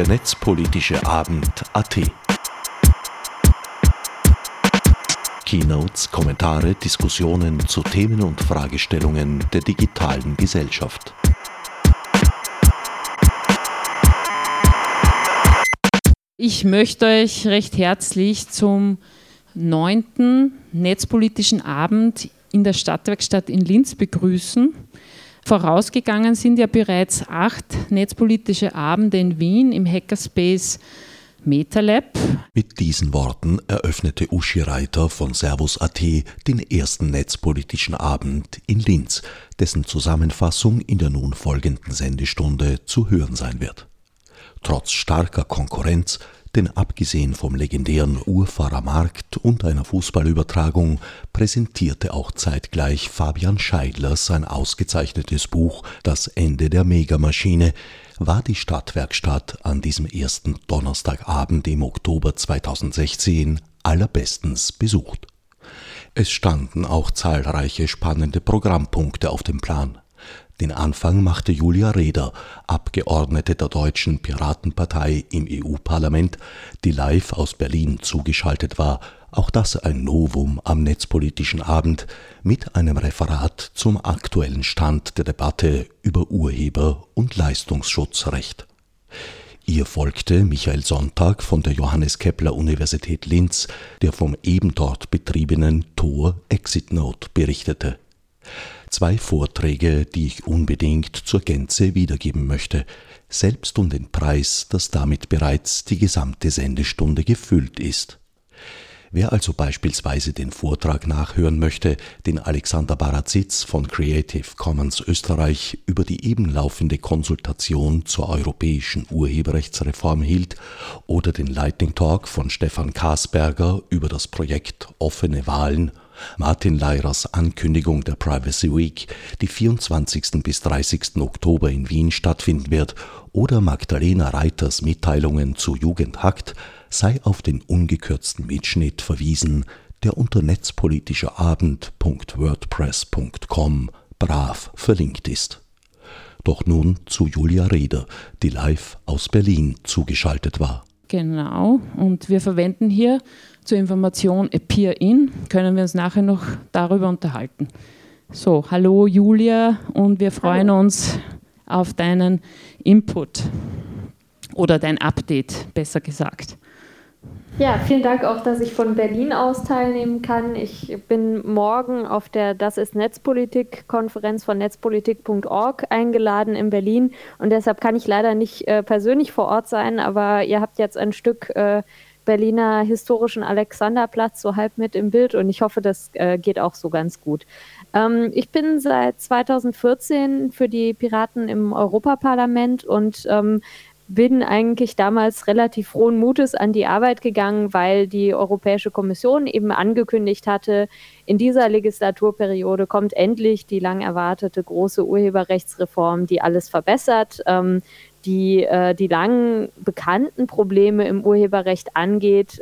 der Netzpolitische Abend AT. Keynotes, Kommentare, Diskussionen zu Themen und Fragestellungen der digitalen Gesellschaft. Ich möchte euch recht herzlich zum 9. Netzpolitischen Abend in der Stadtwerkstatt in Linz begrüßen. Vorausgegangen sind ja bereits 8 netzpolitische Abende in Wien im Hackerspace MetaLab. Mit diesen Worten eröffnete Uschi Reiter von Servus.at den ersten netzpolitischen Abend in Linz, dessen Zusammenfassung in der nun folgenden Sendestunde zu hören sein wird. Trotz starker Konkurrenz, denn abgesehen vom legendären Urfahrermarkt und einer Fußballübertragung präsentierte auch zeitgleich Fabian Scheidler sein ausgezeichnetes Buch »Das Ende der Megamaschine«, war die Stadtwerkstatt an diesem ersten Donnerstagabend im Oktober 2016 allerbestens besucht. Es standen auch zahlreiche spannende Programmpunkte auf dem Plan. Den Anfang machte Julia Reda, Abgeordnete der Deutschen Piratenpartei im EU-Parlament, die live aus Berlin zugeschaltet war, auch das ein Novum am Netzpolitischen Abend, mit einem Referat zum aktuellen Stand der Debatte über Urheber- und Leistungsschutzrecht. Ihr folgte Michael Sonntag von der Johannes Kepler Universität Linz, der vom eben dort betriebenen Tor Exit Note berichtete. 2 Vorträge, die ich unbedingt zur Gänze wiedergeben möchte, selbst um den Preis, dass damit bereits die gesamte Sendestunde gefüllt ist. Wer also beispielsweise den Vortrag nachhören möchte, den Alexander Barazitz von Creative Commons Österreich über die eben laufende Konsultation zur europäischen Urheberrechtsreform hielt, oder den Lightning Talk von Stefan Kasperger über das Projekt Offene Wahlen, Martin Leirers Ankündigung der Privacy Week, die 24. bis 30. Oktober in Wien stattfinden wird, oder Magdalena Reiters Mitteilungen zu Jugend hackt, sei auf den ungekürzten Mitschnitt verwiesen, der unter netzpolitischerabend.wordpress.com brav verlinkt ist. Doch nun zu Julia Reda, die live aus Berlin zugeschaltet war. Genau, und wir verwenden hier zur Information Appear-In, können wir uns nachher noch darüber unterhalten. So, hallo Julia, und wir freuen uns auf deinen Input oder dein Update, besser gesagt. Ja, vielen Dank auch, dass ich von Berlin aus teilnehmen kann. Ich bin morgen auf der Das ist Netzpolitik-Konferenz von netzpolitik.org eingeladen in Berlin und deshalb kann ich leider nicht persönlich vor Ort sein, aber ihr habt jetzt ein Stück Berliner historischen Alexanderplatz so halb mit im Bild und ich hoffe, das geht auch so ganz gut. Ich bin seit 2014 für die Piraten im Europaparlament und bin eigentlich damals relativ frohen Mutes an die Arbeit gegangen, weil die Europäische Kommission eben angekündigt hatte, in dieser Legislaturperiode kommt endlich die lang erwartete große Urheberrechtsreform, die alles verbessert, die lang bekannten Probleme im Urheberrecht angeht,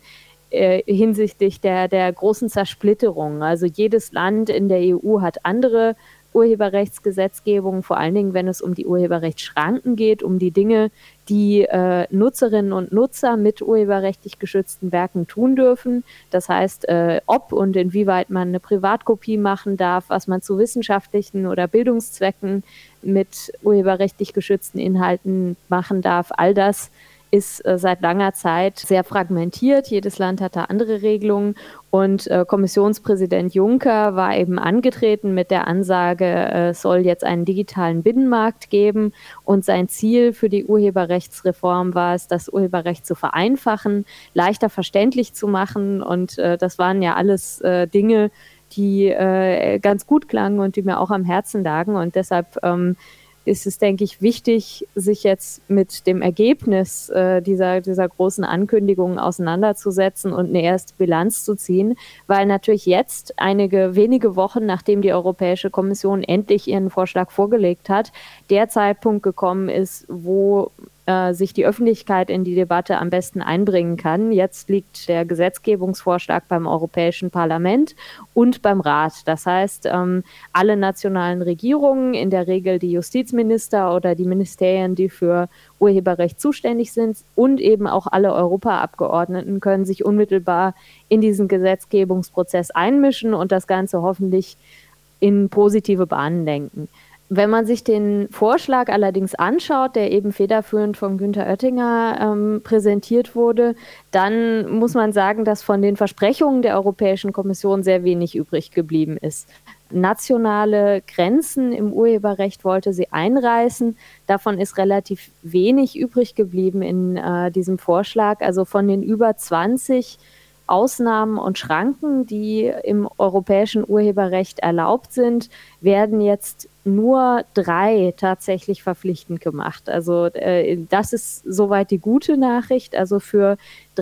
hinsichtlich der großen Zersplitterung. Also jedes Land in der EU hat andere Urheberrechtsgesetzgebung, vor allen Dingen, wenn es um die Urheberrechtsschranken geht, um die Dinge, die Nutzerinnen und Nutzer mit urheberrechtlich geschützten Werken tun dürfen. Das heißt, ob und inwieweit man eine Privatkopie machen darf, was man zu wissenschaftlichen oder Bildungszwecken mit urheberrechtlich geschützten Inhalten machen darf, all das ist seit langer Zeit sehr fragmentiert. Jedes Land hat da andere Regelungen und Kommissionspräsident Juncker war eben angetreten mit der Ansage, es soll jetzt einen digitalen Binnenmarkt geben und sein Ziel für die Urheberrechtsreform war es, das Urheberrecht zu vereinfachen, leichter verständlich zu machen und das waren ja alles Dinge, die ganz gut klangen und die mir auch am Herzen lagen und deshalb ist es, denke ich, wichtig, sich jetzt mit dem Ergebnis dieser großen Ankündigungen auseinanderzusetzen und eine erste Bilanz zu ziehen, weil natürlich jetzt, einige wenige Wochen, nachdem die Europäische Kommission endlich ihren Vorschlag vorgelegt hat, der Zeitpunkt gekommen ist, wo sich die Öffentlichkeit in die Debatte am besten einbringen kann. Jetzt liegt der Gesetzgebungsvorschlag beim Europäischen Parlament und beim Rat. Das heißt, alle nationalen Regierungen, in der Regel die Justizminister oder die Ministerien, die für Urheberrecht zuständig sind, und eben auch alle Europaabgeordneten können sich unmittelbar in diesen Gesetzgebungsprozess einmischen und das Ganze hoffentlich in positive Bahnen lenken. Wenn man sich den Vorschlag allerdings anschaut, der eben federführend von Günther Oettinger präsentiert wurde, dann muss man sagen, dass von den Versprechungen der Europäischen Kommission sehr wenig übrig geblieben ist. Nationale Grenzen im Urheberrecht wollte sie einreißen. Davon ist relativ wenig übrig geblieben in diesem Vorschlag. Also von den über 20 Ausnahmen und Schranken, die im europäischen Urheberrecht erlaubt sind, werden jetzt nur 3 tatsächlich verpflichtend gemacht. Also das ist soweit die gute Nachricht. Also für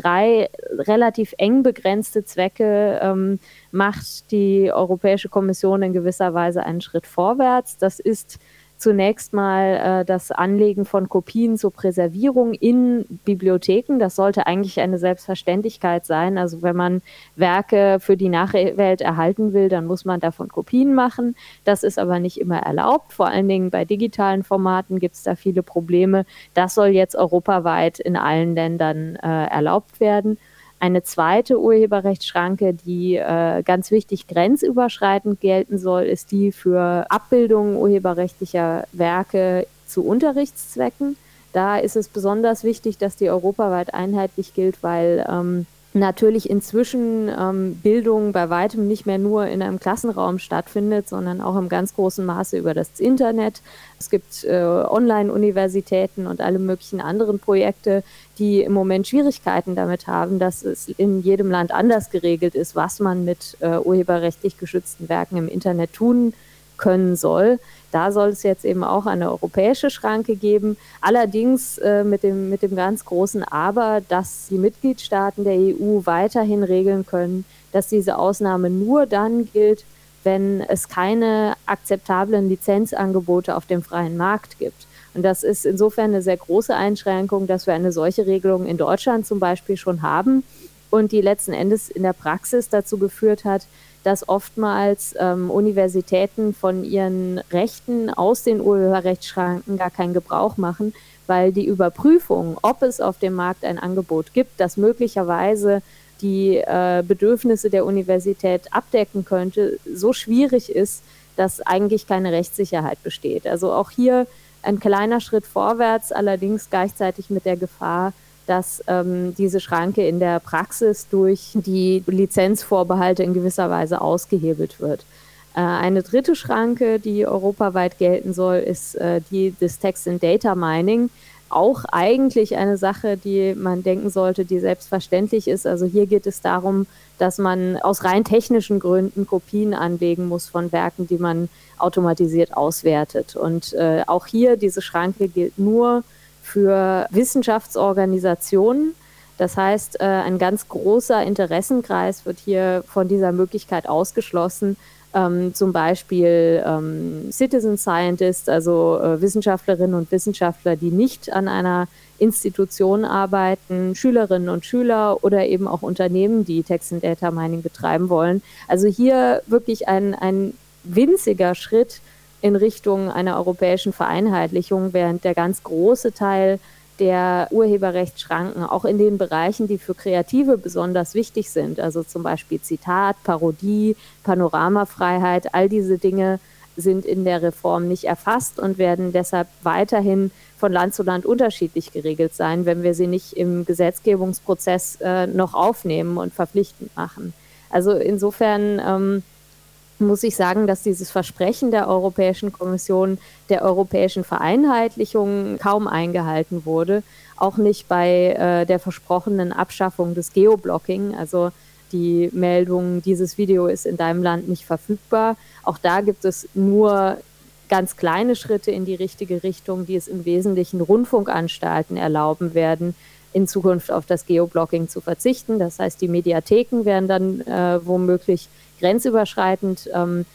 3 relativ eng begrenzte Zwecke macht die Europäische Kommission in gewisser Weise einen Schritt vorwärts. Das ist zunächst mal das Anlegen von Kopien zur Präservierung in Bibliotheken. Das sollte eigentlich eine Selbstverständlichkeit sein. Also wenn man Werke für die Nachwelt erhalten will, dann muss man davon Kopien machen. Das ist aber nicht immer erlaubt. Vor allen Dingen bei digitalen Formaten gibt es da viele Probleme. Das soll jetzt europaweit in allen Ländern erlaubt werden. Eine zweite Urheberrechtsschranke, die ganz wichtig grenzüberschreitend gelten soll, ist die für Abbildungen urheberrechtlicher Werke zu Unterrichtszwecken. Da ist es besonders wichtig, dass die europaweit einheitlich gilt, weil natürlich inzwischen Bildung bei weitem nicht mehr nur in einem Klassenraum stattfindet, sondern auch im ganz großen Maße über das Internet. Es gibt Online-Universitäten und alle möglichen anderen Projekte, die im Moment Schwierigkeiten damit haben, dass es in jedem Land anders geregelt ist, was man mit urheberrechtlich geschützten Werken im Internet tun können soll. Da soll es jetzt eben auch eine europäische Schranke geben, allerdings mit dem ganz großen Aber, dass die Mitgliedstaaten der EU weiterhin regeln können, dass diese Ausnahme nur dann gilt, wenn es keine akzeptablen Lizenzangebote auf dem freien Markt gibt. Und das ist insofern eine sehr große Einschränkung, dass wir eine solche Regelung in Deutschland zum Beispiel schon haben und die letzten Endes in der Praxis dazu geführt hat, dass oftmals Universitäten von ihren Rechten aus den Urheberrechtsschranken gar keinen Gebrauch machen, weil die Überprüfung, ob es auf dem Markt ein Angebot gibt, das möglicherweise die Bedürfnisse der Universität abdecken könnte, so schwierig ist, dass eigentlich keine Rechtssicherheit besteht. Also auch hier ein kleiner Schritt vorwärts, allerdings gleichzeitig mit der Gefahr, dass diese Schranke in der Praxis durch die Lizenzvorbehalte in gewisser Weise ausgehebelt wird. Eine dritte Schranke, die europaweit gelten soll, ist die des Text and Data Mining. Auch eigentlich eine Sache, die man denken sollte, die selbstverständlich ist. Also hier geht es darum, dass man aus rein technischen Gründen Kopien anlegen muss von Werken, die man automatisiert auswertet. Und auch hier, diese Schranke gilt nur für Wissenschaftsorganisationen. Das heißt, ein ganz großer Interessenkreis wird hier von dieser Möglichkeit ausgeschlossen. Zum Beispiel Citizen Scientists, also Wissenschaftlerinnen und Wissenschaftler, die nicht an einer Institution arbeiten, Schülerinnen und Schüler oder eben auch Unternehmen, die Text and Data Mining betreiben wollen. Also hier wirklich ein winziger Schritt in Richtung einer europäischen Vereinheitlichung, während der ganz große Teil der Urheberrechtsschranken auch in den Bereichen, die für Kreative besonders wichtig sind, also zum Beispiel Zitat, Parodie, Panoramafreiheit, all diese Dinge sind in der Reform nicht erfasst und werden deshalb weiterhin von Land zu Land unterschiedlich geregelt sein, wenn wir sie nicht im Gesetzgebungsprozess noch aufnehmen und verpflichtend machen. Also insofern muss ich sagen, dass dieses Versprechen der Europäischen Kommission der europäischen Vereinheitlichung kaum eingehalten wurde. Auch nicht bei der versprochenen Abschaffung des Geoblocking, also die Meldung, dieses Video ist in deinem Land nicht verfügbar. Auch da gibt es nur ganz kleine Schritte in die richtige Richtung, die es im Wesentlichen Rundfunkanstalten erlauben werden, in Zukunft auf das Geoblocking zu verzichten. Das heißt, die Mediatheken werden dann womöglich grenzüberschreitend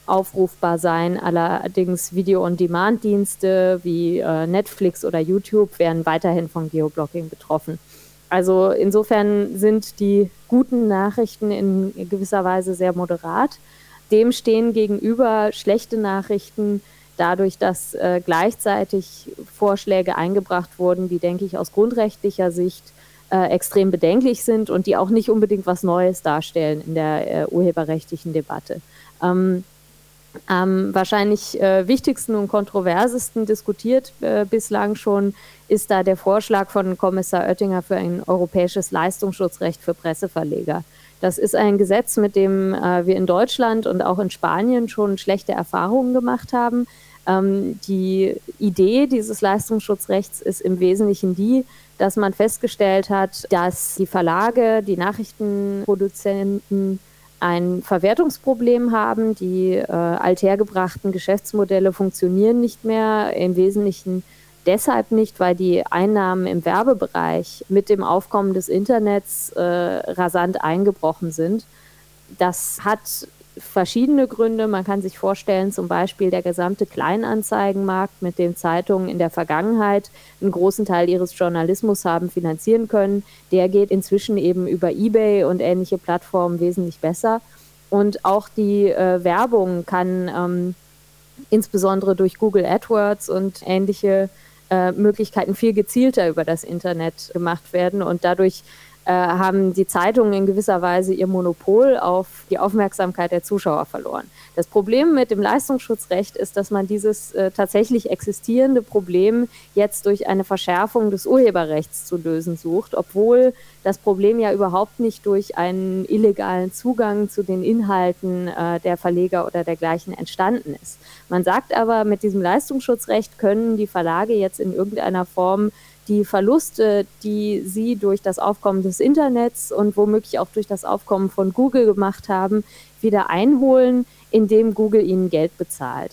aufrufbar sein. Allerdings Video-on-Demand-Dienste wie Netflix oder YouTube werden weiterhin von Geoblocking betroffen. Also insofern sind die guten Nachrichten in gewisser Weise sehr moderat. Dem stehen gegenüber schlechte Nachrichten, dadurch, dass gleichzeitig Vorschläge eingebracht wurden, die, denke ich, aus grundrechtlicher Sicht extrem bedenklich sind und die auch nicht unbedingt was Neues darstellen in der urheberrechtlichen Debatte. Am wahrscheinlich wichtigsten und kontroversesten diskutiert bislang schon ist da der Vorschlag von Kommissar Oettinger für ein europäisches Leistungsschutzrecht für Presseverleger. Das ist ein Gesetz, mit dem wir in Deutschland und auch in Spanien schon schlechte Erfahrungen gemacht haben. Die Idee dieses Leistungsschutzrechts ist im Wesentlichen die, dass man festgestellt hat, dass die Verlage, die Nachrichtenproduzenten ein Verwertungsproblem haben. Die althergebrachten Geschäftsmodelle funktionieren nicht mehr, im Wesentlichen deshalb nicht, weil die Einnahmen im Werbebereich mit dem Aufkommen des Internets rasant eingebrochen sind. Das hat verschiedene Gründe. Man kann sich vorstellen, zum Beispiel der gesamte Kleinanzeigenmarkt, mit dem Zeitungen in der Vergangenheit einen großen Teil ihres Journalismus haben finanzieren können, der geht inzwischen eben über eBay und ähnliche Plattformen wesentlich besser. Und auch die Werbung kann insbesondere durch Google AdWords und ähnliche Möglichkeiten viel gezielter über das Internet gemacht werden und dadurch haben die Zeitungen in gewisser Weise ihr Monopol auf die Aufmerksamkeit der Zuschauer verloren. Das Problem mit dem Leistungsschutzrecht ist, dass man dieses tatsächlich existierende Problem jetzt durch eine Verschärfung des Urheberrechts zu lösen sucht, obwohl das Problem ja überhaupt nicht durch einen illegalen Zugang zu den Inhalten der Verleger oder dergleichen entstanden ist. Man sagt aber, mit diesem Leistungsschutzrecht können die Verlage jetzt in irgendeiner Form die Verluste, die sie durch das Aufkommen des Internets und womöglich auch durch das Aufkommen von Google gemacht haben, wieder einholen, indem Google ihnen Geld bezahlt.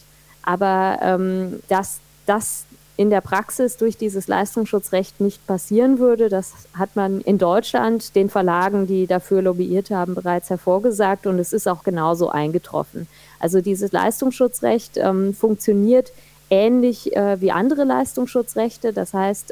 Aber dass das in der Praxis durch dieses Leistungsschutzrecht nicht passieren würde, das hat man in Deutschland den Verlagen, die dafür lobbyiert haben, bereits hervorgesagt und es ist auch genauso eingetroffen. Also dieses Leistungsschutzrecht funktioniert ähnlich wie andere Leistungsschutzrechte. Das heißt,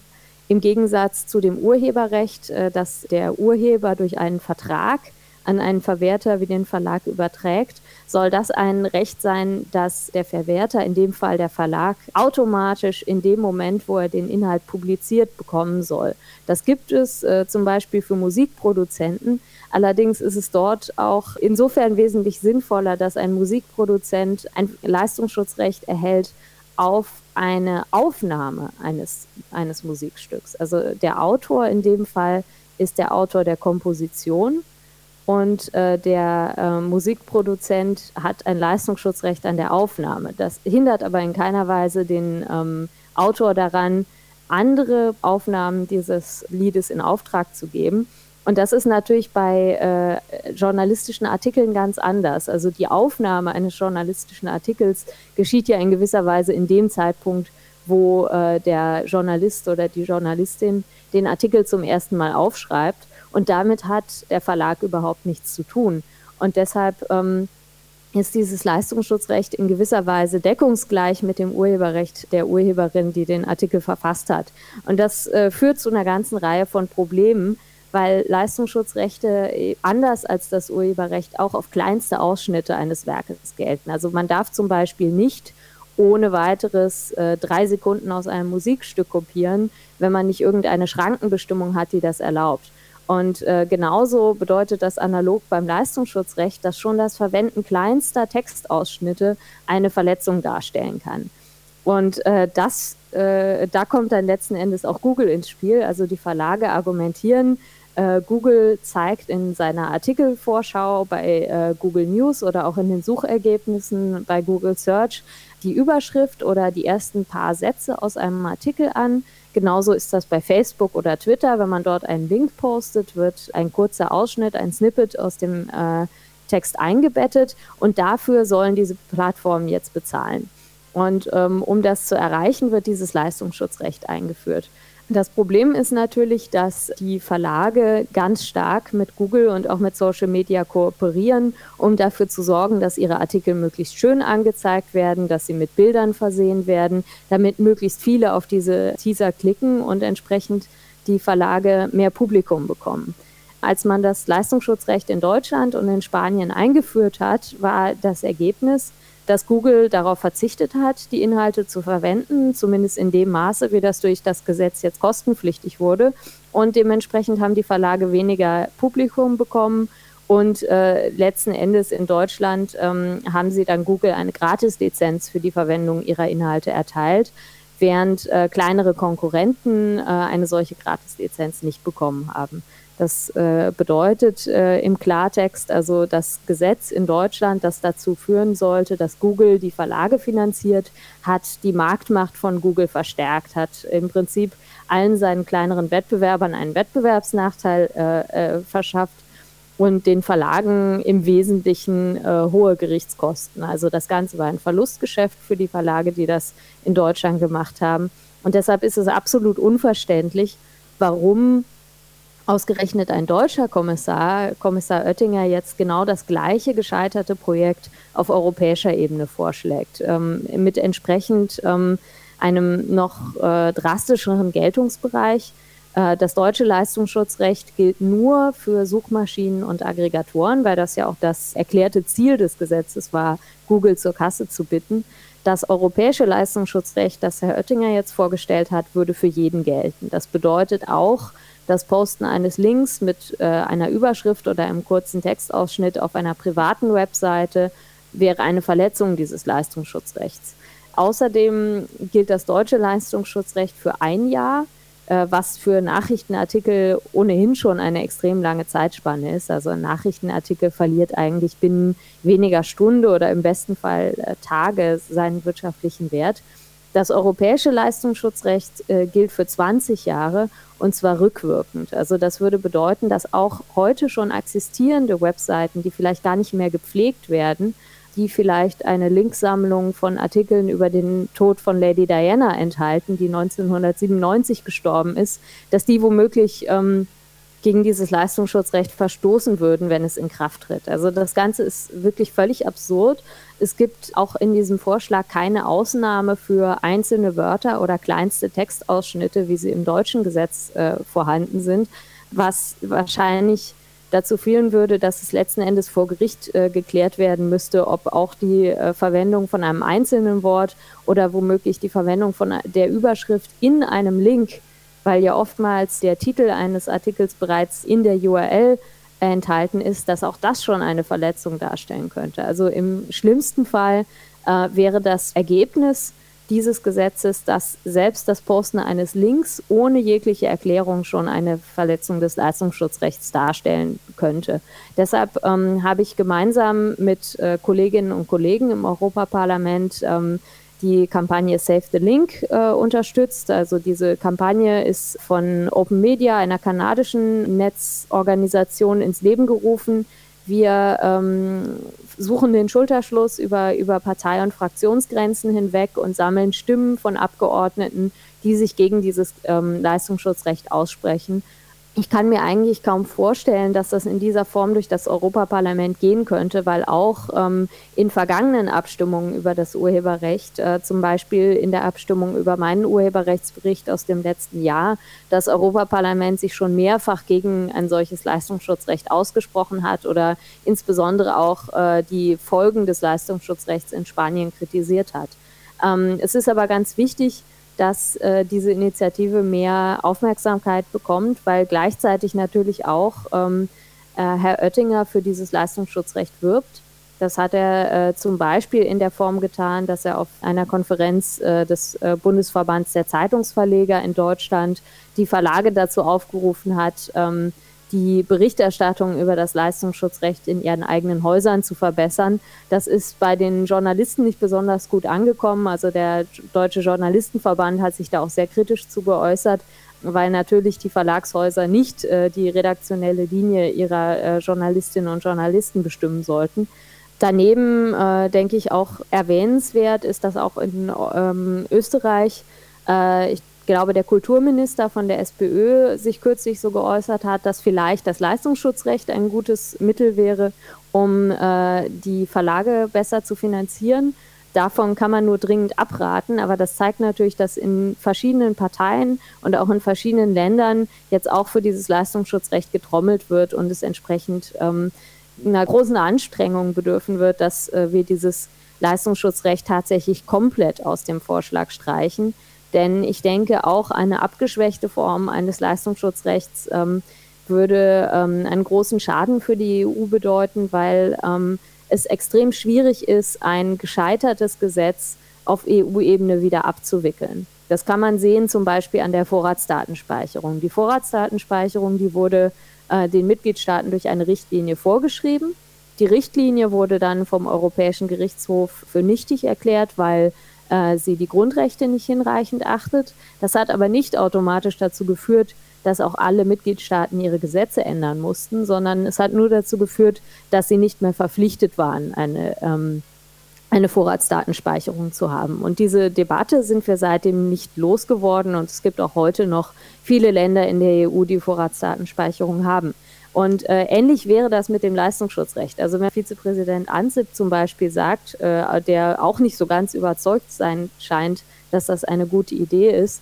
im Gegensatz zu dem Urheberrecht, dass der Urheber durch einen Vertrag an einen Verwerter wie den Verlag überträgt, soll das ein Recht sein, dass der Verwerter, in dem Fall der Verlag, automatisch in dem Moment, wo er den Inhalt publiziert, bekommen soll. Das gibt es zum Beispiel für Musikproduzenten. Allerdings ist es dort auch insofern wesentlich sinnvoller, dass ein Musikproduzent ein Leistungsschutzrecht erhält auf eine Aufnahme eines Musikstücks. Also der Autor in dem Fall ist der Autor der Komposition und der Musikproduzent hat ein Leistungsschutzrecht an der Aufnahme. Das hindert aber in keiner Weise den Autor daran, andere Aufnahmen dieses Liedes in Auftrag zu geben. Und das ist natürlich bei journalistischen Artikeln ganz anders. Also die Aufnahme eines journalistischen Artikels geschieht ja in gewisser Weise in dem Zeitpunkt, wo der Journalist oder die Journalistin den Artikel zum ersten Mal aufschreibt. Und damit hat der Verlag überhaupt nichts zu tun. Und deshalb ist dieses Leistungsschutzrecht in gewisser Weise deckungsgleich mit dem Urheberrecht der Urheberin, die den Artikel verfasst hat. Und das führt zu einer ganzen Reihe von Problemen, weil Leistungsschutzrechte anders als das Urheberrecht auch auf kleinste Ausschnitte eines Werkes gelten. Also man darf zum Beispiel nicht ohne weiteres 3 Sekunden aus einem Musikstück kopieren, wenn man nicht irgendeine Schrankenbestimmung hat, die das erlaubt. Und genauso bedeutet das analog beim Leistungsschutzrecht, dass schon das Verwenden kleinster Textausschnitte eine Verletzung darstellen kann. Und da kommt dann letzten Endes auch Google ins Spiel. Also die Verlage argumentieren, Google zeigt in seiner Artikelvorschau bei Google News oder auch in den Suchergebnissen bei Google Search die Überschrift oder die ersten paar Sätze aus einem Artikel an. Genauso ist das bei Facebook oder Twitter. Wenn man dort einen Link postet, wird ein kurzer Ausschnitt, ein Snippet aus dem Text eingebettet und dafür sollen diese Plattformen jetzt bezahlen. Und um das zu erreichen, wird dieses Leistungsschutzrecht eingeführt. Das Problem ist natürlich, dass die Verlage ganz stark mit Google und auch mit Social Media kooperieren, um dafür zu sorgen, dass ihre Artikel möglichst schön angezeigt werden, dass sie mit Bildern versehen werden, damit möglichst viele auf diese Teaser klicken und entsprechend die Verlage mehr Publikum bekommen. Als man das Leistungsschutzrecht in Deutschland und in Spanien eingeführt hat, war das Ergebnis, dass Google darauf verzichtet hat, die Inhalte zu verwenden, zumindest in dem Maße, wie das durch das Gesetz jetzt kostenpflichtig wurde. Und dementsprechend haben die Verlage weniger Publikum bekommen. Und letzten Endes in Deutschland haben sie dann Google eine Gratislizenz für die Verwendung ihrer Inhalte erteilt, während kleinere Konkurrenten eine solche Gratislizenz nicht bekommen haben. Das bedeutet im Klartext also das Gesetz in Deutschland, das dazu führen sollte, dass Google die Verlage finanziert, hat die Marktmacht von Google verstärkt, hat im Prinzip allen seinen kleineren Wettbewerbern einen Wettbewerbsnachteil verschafft und den Verlagen im Wesentlichen hohe Gerichtskosten. Also das Ganze war ein Verlustgeschäft für die Verlage, die das in Deutschland gemacht haben. Und deshalb ist es absolut unverständlich, warum ausgerechnet ein deutscher Kommissar Oettinger, jetzt genau das gleiche gescheiterte Projekt auf europäischer Ebene vorschlägt, mit entsprechend einem noch drastischeren Geltungsbereich. Das deutsche Leistungsschutzrecht gilt nur für Suchmaschinen und Aggregatoren, weil das ja auch das erklärte Ziel des Gesetzes war, Google zur Kasse zu bitten. Das europäische Leistungsschutzrecht, das Herr Oettinger jetzt vorgestellt hat, würde für jeden gelten. Das bedeutet auch, das Posten eines Links mit einer Überschrift oder einem kurzen Textausschnitt auf einer privaten Webseite wäre eine Verletzung dieses Leistungsschutzrechts. Außerdem gilt das deutsche Leistungsschutzrecht für ein Jahr, was für Nachrichtenartikel ohnehin schon eine extrem lange Zeitspanne ist. Also ein Nachrichtenartikel verliert eigentlich binnen weniger Stunde oder im besten Fall Tage seinen wirtschaftlichen Wert. Das europäische Leistungsschutzrecht gilt für 20 Jahre und zwar rückwirkend. Also das würde bedeuten, dass auch heute schon existierende Webseiten, die vielleicht gar nicht mehr gepflegt werden, die vielleicht eine Linksammlung von Artikeln über den Tod von Lady Diana enthalten, die 1997 gestorben ist, dass die womöglich gegen dieses Leistungsschutzrecht verstoßen würden, wenn es in Kraft tritt. Also das Ganze ist wirklich völlig absurd. Es gibt auch in diesem Vorschlag keine Ausnahme für einzelne Wörter oder kleinste Textausschnitte, wie sie im deutschen Gesetz vorhanden sind, was wahrscheinlich dazu führen würde, dass es letzten Endes vor Gericht geklärt werden müsste, ob auch die Verwendung von einem einzelnen Wort oder womöglich die Verwendung von der Überschrift in einem Link, weil ja oftmals der Titel eines Artikels bereits in der URL enthalten ist, dass auch das schon eine Verletzung darstellen könnte. Also im schlimmsten Fall wäre das Ergebnis dieses Gesetzes, dass selbst das Posten eines Links ohne jegliche Erklärung schon eine Verletzung des Leistungsschutzrechts darstellen könnte. Deshalb habe ich gemeinsam mit Kolleginnen und Kollegen im Europaparlament die Kampagne Save the Link unterstützt. Also diese Kampagne ist von Open Media, einer kanadischen Netzorganisation, ins Leben gerufen. Wir suchen den Schulterschluss über Partei- und Fraktionsgrenzen hinweg und sammeln Stimmen von Abgeordneten, die sich gegen dieses Leistungsschutzrecht aussprechen. Ich kann mir eigentlich kaum vorstellen, dass das in dieser Form durch das Europaparlament gehen könnte, weil auch in vergangenen Abstimmungen über das Urheberrecht, zum Beispiel in der Abstimmung über meinen Urheberrechtsbericht aus dem letzten Jahr, das Europaparlament sich schon mehrfach gegen ein solches Leistungsschutzrecht ausgesprochen hat oder insbesondere auch die Folgen des Leistungsschutzrechts in Spanien kritisiert hat. Es ist aber ganz wichtig, dass diese Initiative mehr Aufmerksamkeit bekommt, weil gleichzeitig natürlich auch Herr Oettinger für dieses Leistungsschutzrecht wirbt. Das hat er zum Beispiel in der Form getan, dass er auf einer Konferenz des Bundesverbands der Zeitungsverleger in Deutschland die Verlage dazu aufgerufen hat, die Berichterstattung über das Leistungsschutzrecht in ihren eigenen Häusern zu verbessern. Das ist bei den Journalisten nicht besonders gut angekommen. Also der Deutsche Journalistenverband hat sich da auch sehr kritisch zu geäußert, weil natürlich die Verlagshäuser nicht die redaktionelle Linie ihrer Journalistinnen und Journalisten bestimmen sollten. Daneben denke ich auch erwähnenswert ist das auch in Österreich. Ich glaube, der Kulturminister von der SPÖ sich kürzlich so geäußert hat, dass vielleicht das Leistungsschutzrecht ein gutes Mittel wäre, um die Verlage besser zu finanzieren. Davon kann man nur dringend abraten, aber das zeigt natürlich, dass in verschiedenen Parteien und auch in verschiedenen Ländern jetzt auch für dieses Leistungsschutzrecht getrommelt wird und es entsprechend einer großen Anstrengung bedürfen wird, dass wir dieses Leistungsschutzrecht tatsächlich komplett aus dem Vorschlag streichen. Denn ich denke, auch eine abgeschwächte Form eines Leistungsschutzrechts würde einen großen Schaden für die EU bedeuten, weil es extrem schwierig ist, ein gescheitertes Gesetz auf EU-Ebene wieder abzuwickeln. Das kann man sehen zum Beispiel an der Vorratsdatenspeicherung. Die Vorratsdatenspeicherung, die wurde den Mitgliedstaaten durch eine Richtlinie vorgeschrieben. Die Richtlinie wurde dann vom Europäischen Gerichtshof für nichtig erklärt, weil sie die Grundrechte nicht hinreichend achtet. Das hat aber nicht automatisch dazu geführt, dass auch alle Mitgliedstaaten ihre Gesetze ändern mussten, sondern es hat nur dazu geführt, dass sie nicht mehr verpflichtet waren, eine Vorratsdatenspeicherung zu haben. Und diese Debatte sind wir seitdem nicht losgeworden und es gibt auch heute noch viele Länder in der EU, die Vorratsdatenspeicherung haben. Und ähnlich wäre das mit dem Leistungsschutzrecht. Also wenn Vizepräsident Ansip zum Beispiel sagt, der auch nicht so ganz überzeugt sein scheint, dass das eine gute Idee ist,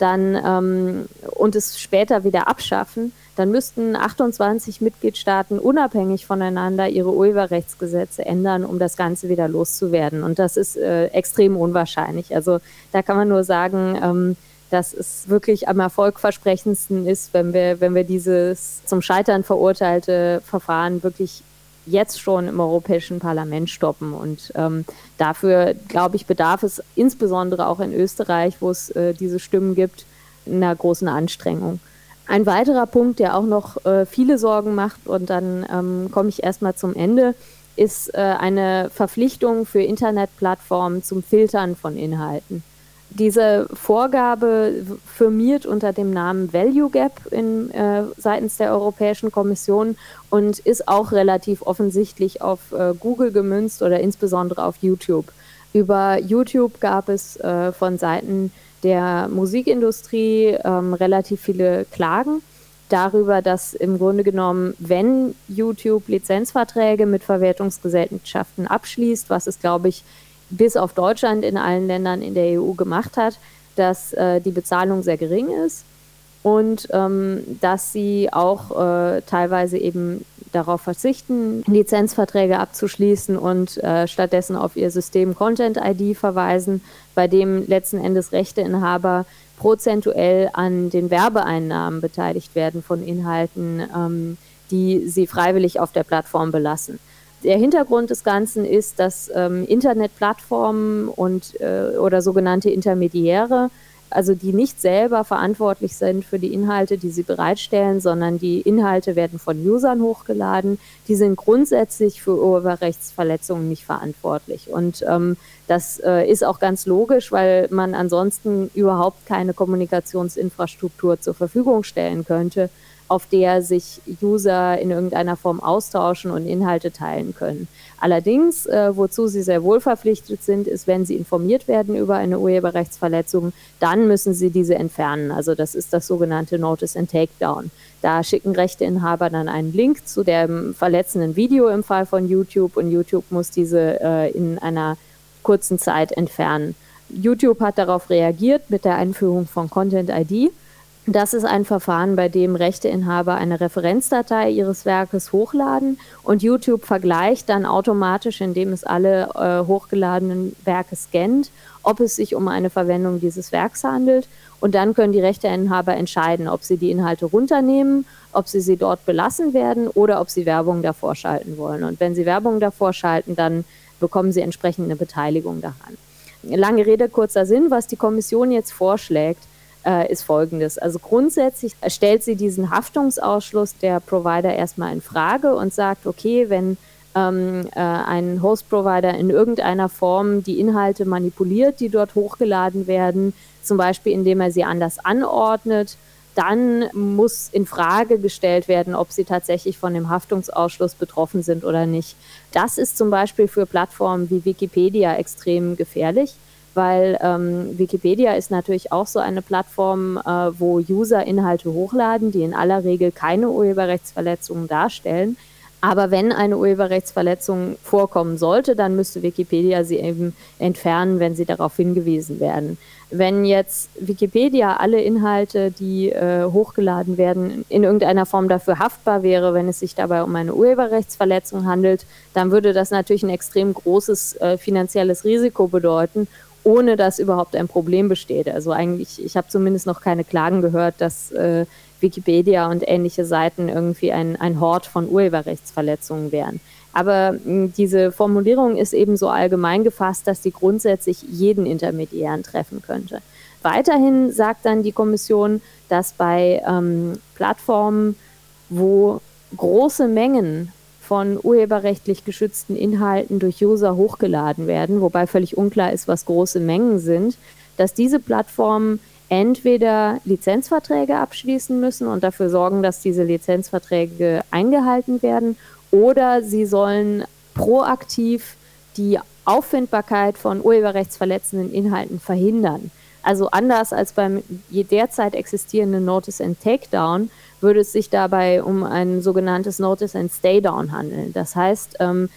dann und es später wieder abschaffen, dann müssten 28 Mitgliedstaaten unabhängig voneinander ihre Urheberrechtsgesetze ändern, um das Ganze wieder loszuwerden. Und das ist extrem unwahrscheinlich. Also da kann man nur sagen, dass es wirklich am erfolgversprechendsten ist, wenn wir dieses zum Scheitern verurteilte Verfahren wirklich jetzt schon im Europäischen Parlament stoppen. Und dafür, glaube ich, bedarf es insbesondere auch in Österreich, wo es diese Stimmen gibt, einer großen Anstrengung. Ein weiterer Punkt, der auch noch viele Sorgen macht, und dann komme ich erstmal zum Ende, ist eine Verpflichtung für Internetplattformen zum Filtern von Inhalten. Diese Vorgabe firmiert unter dem Namen Value Gap seitens der Europäischen Kommission und ist auch relativ offensichtlich auf Google gemünzt oder insbesondere auf YouTube. Über YouTube gab es von Seiten der Musikindustrie relativ viele Klagen darüber, dass im Grunde genommen, wenn YouTube Lizenzverträge mit Verwertungsgesellschaften abschließt, was es, glaube ich, bis auf Deutschland in allen Ländern in der EU gemacht hat, dass die Bezahlung sehr gering ist und dass sie auch teilweise eben darauf verzichten, Lizenzverträge abzuschließen und stattdessen auf ihr System Content ID verweisen, bei dem letzten Endes Rechteinhaber prozentuell an den Werbeeinnahmen beteiligt werden von Inhalten, die sie freiwillig auf der Plattform belassen. Der Hintergrund des Ganzen ist, dass Internetplattformen oder sogenannte Intermediäre, also die nicht selber verantwortlich sind für die Inhalte, die sie bereitstellen, sondern die Inhalte werden von Usern hochgeladen, die sind grundsätzlich für Urheberrechtsverletzungen nicht verantwortlich. Und das ist auch ganz logisch, weil man ansonsten überhaupt keine Kommunikationsinfrastruktur zur Verfügung stellen könnte, auf der sich User in irgendeiner Form austauschen und Inhalte teilen können. Allerdings, wozu sie sehr wohl verpflichtet sind, ist, wenn sie informiert werden über eine Urheberrechtsverletzung, dann müssen sie diese entfernen. Also das ist das sogenannte Notice and Takedown. Da schicken Rechteinhaber dann einen Link zu dem verletzenden Video im Fall von YouTube und YouTube muss diese in einer kurzen Zeit entfernen. YouTube hat darauf reagiert mit der Einführung von Content ID. Das ist ein Verfahren, bei dem Rechteinhaber eine Referenzdatei ihres Werkes hochladen und YouTube vergleicht dann automatisch, indem es alle hochgeladenen Werke scannt, ob es sich um eine Verwendung dieses Werks handelt. Und dann können die Rechteinhaber entscheiden, ob sie die Inhalte runternehmen, ob sie dort belassen werden oder ob sie Werbung davor schalten wollen. Und wenn sie Werbung davor schalten, dann bekommen sie entsprechend eine Beteiligung daran. Lange Rede, kurzer Sinn, was die Kommission jetzt vorschlägt, ist Folgendes. Also grundsätzlich stellt sie diesen Haftungsausschluss der Provider erstmal in Frage und sagt, okay, wenn ein Host-Provider in irgendeiner Form die Inhalte manipuliert, die dort hochgeladen werden, zum Beispiel indem er sie anders anordnet, dann muss in Frage gestellt werden, ob sie tatsächlich von dem Haftungsausschluss betroffen sind oder nicht. Das ist zum Beispiel für Plattformen wie Wikipedia extrem gefährlich, weil Wikipedia ist natürlich auch so eine Plattform, wo User Inhalte hochladen, die in aller Regel keine Urheberrechtsverletzungen darstellen. Aber wenn eine Urheberrechtsverletzung vorkommen sollte, dann müsste Wikipedia sie eben entfernen, wenn sie darauf hingewiesen werden. Wenn jetzt Wikipedia alle Inhalte, die hochgeladen werden, in irgendeiner Form dafür haftbar wäre, wenn es sich dabei um eine Urheberrechtsverletzung handelt, dann würde das natürlich ein extrem großes finanzielles Risiko bedeuten, ohne dass überhaupt ein Problem besteht. Also eigentlich, ich habe zumindest noch keine Klagen gehört, dass Wikipedia und ähnliche Seiten irgendwie ein Hort von Urheberrechtsverletzungen wären. Aber diese Formulierung ist eben so allgemein gefasst, dass sie grundsätzlich jeden Intermediären treffen könnte. Weiterhin sagt dann die Kommission, dass bei Plattformen, wo große Mengen von urheberrechtlich geschützten Inhalten durch User hochgeladen werden, wobei völlig unklar ist, was große Mengen sind, dass diese Plattformen entweder Lizenzverträge abschließen müssen und dafür sorgen, dass diese Lizenzverträge eingehalten werden, oder sie sollen proaktiv die Auffindbarkeit von urheberrechtsverletzenden Inhalten verhindern. Also anders als beim derzeit existierenden Notice and Takedown würde es sich dabei um ein sogenanntes Notice and Staydown handeln. Das heißt,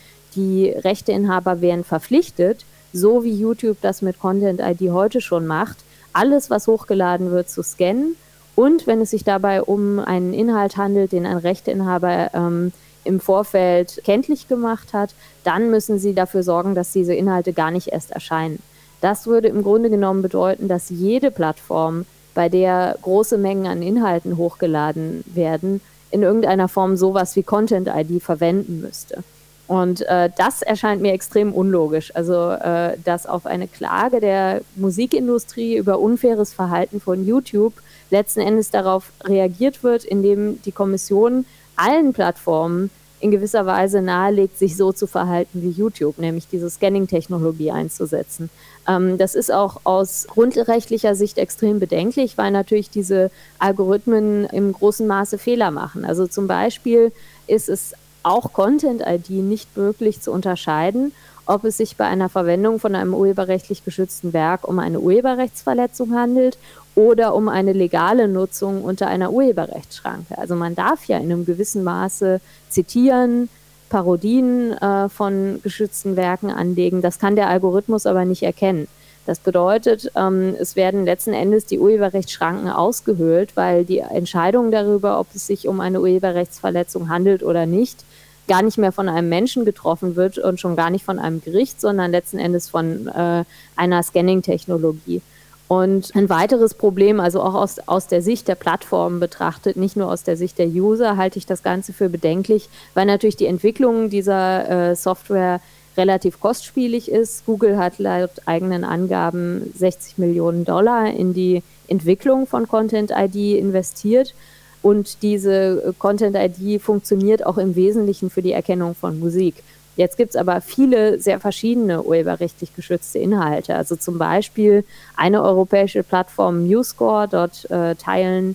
die Rechteinhaber wären verpflichtet, so wie YouTube das mit Content ID heute schon macht, alles, was hochgeladen wird, zu scannen, und wenn es sich dabei um einen Inhalt handelt, den ein Rechteinhaber im Vorfeld kenntlich gemacht hat, dann müssen sie dafür sorgen, dass diese Inhalte gar nicht erst erscheinen. Das würde im Grunde genommen bedeuten, dass jede Plattform, bei der große Mengen an Inhalten hochgeladen werden, in irgendeiner Form sowas wie Content ID verwenden müsste. Und das erscheint mir extrem unlogisch. Also, dass auf eine Klage der Musikindustrie über unfaires Verhalten von YouTube letzten Endes darauf reagiert wird, indem die Kommission allen Plattformen in gewisser Weise nahelegt, sich so zu verhalten wie YouTube, nämlich diese Scanning-Technologie einzusetzen. Das ist auch aus grundrechtlicher Sicht extrem bedenklich, weil natürlich diese Algorithmen im großen Maße Fehler machen. Also zum Beispiel ist es auch Content-ID nicht möglich zu unterscheiden, ob es sich bei einer Verwendung von einem urheberrechtlich geschützten Werk um eine Urheberrechtsverletzung handelt oder um eine legale Nutzung unter einer Urheberrechtsschranke. Also man darf ja in einem gewissen Maße zitieren, Parodien von geschützten Werken anlegen. Das kann der Algorithmus aber nicht erkennen. Das bedeutet, es werden letzten Endes die Urheberrechtsschranken ausgehöhlt, weil die Entscheidung darüber, ob es sich um eine Urheberrechtsverletzung handelt oder nicht, gar nicht mehr von einem Menschen getroffen wird und schon gar nicht von einem Gericht, sondern letzten Endes von einer Scanning-Technologie. Und ein weiteres Problem, also auch aus der Sicht der Plattformen betrachtet, nicht nur aus der Sicht der User, halte ich das Ganze für bedenklich, weil natürlich die Entwicklung dieser Software relativ kostspielig ist. Google hat laut eigenen Angaben $60 Millionen in die Entwicklung von Content ID investiert. Und diese Content ID funktioniert auch im Wesentlichen für die Erkennung von Musik. Jetzt gibt es aber viele sehr verschiedene urheberrechtlich geschützte Inhalte. Also zum Beispiel eine europäische Plattform MuseScore. Dort teilen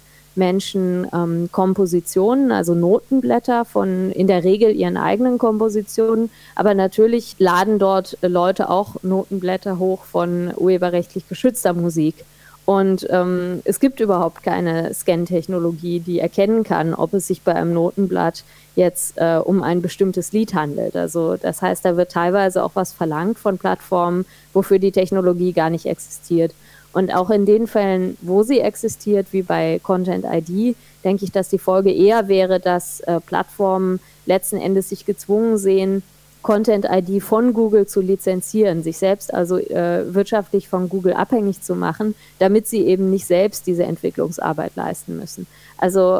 Menschen Kompositionen, also Notenblätter von in der Regel ihren eigenen Kompositionen. Aber natürlich laden dort Leute auch Notenblätter hoch von urheberrechtlich geschützter Musik. Und es gibt überhaupt keine Scan-Technologie, die erkennen kann, ob es sich bei einem Notenblatt jetzt um ein bestimmtes Lied handelt. Also das heißt, da wird teilweise auch was verlangt von Plattformen, wofür die Technologie gar nicht existiert. Und auch in den Fällen, wo sie existiert, wie bei Content ID, denke ich, dass die Folge eher wäre, dass Plattformen letzten Endes sich gezwungen sehen, Content ID von Google zu lizenzieren, sich selbst also wirtschaftlich von Google abhängig zu machen, damit sie eben nicht selbst diese Entwicklungsarbeit leisten müssen. Also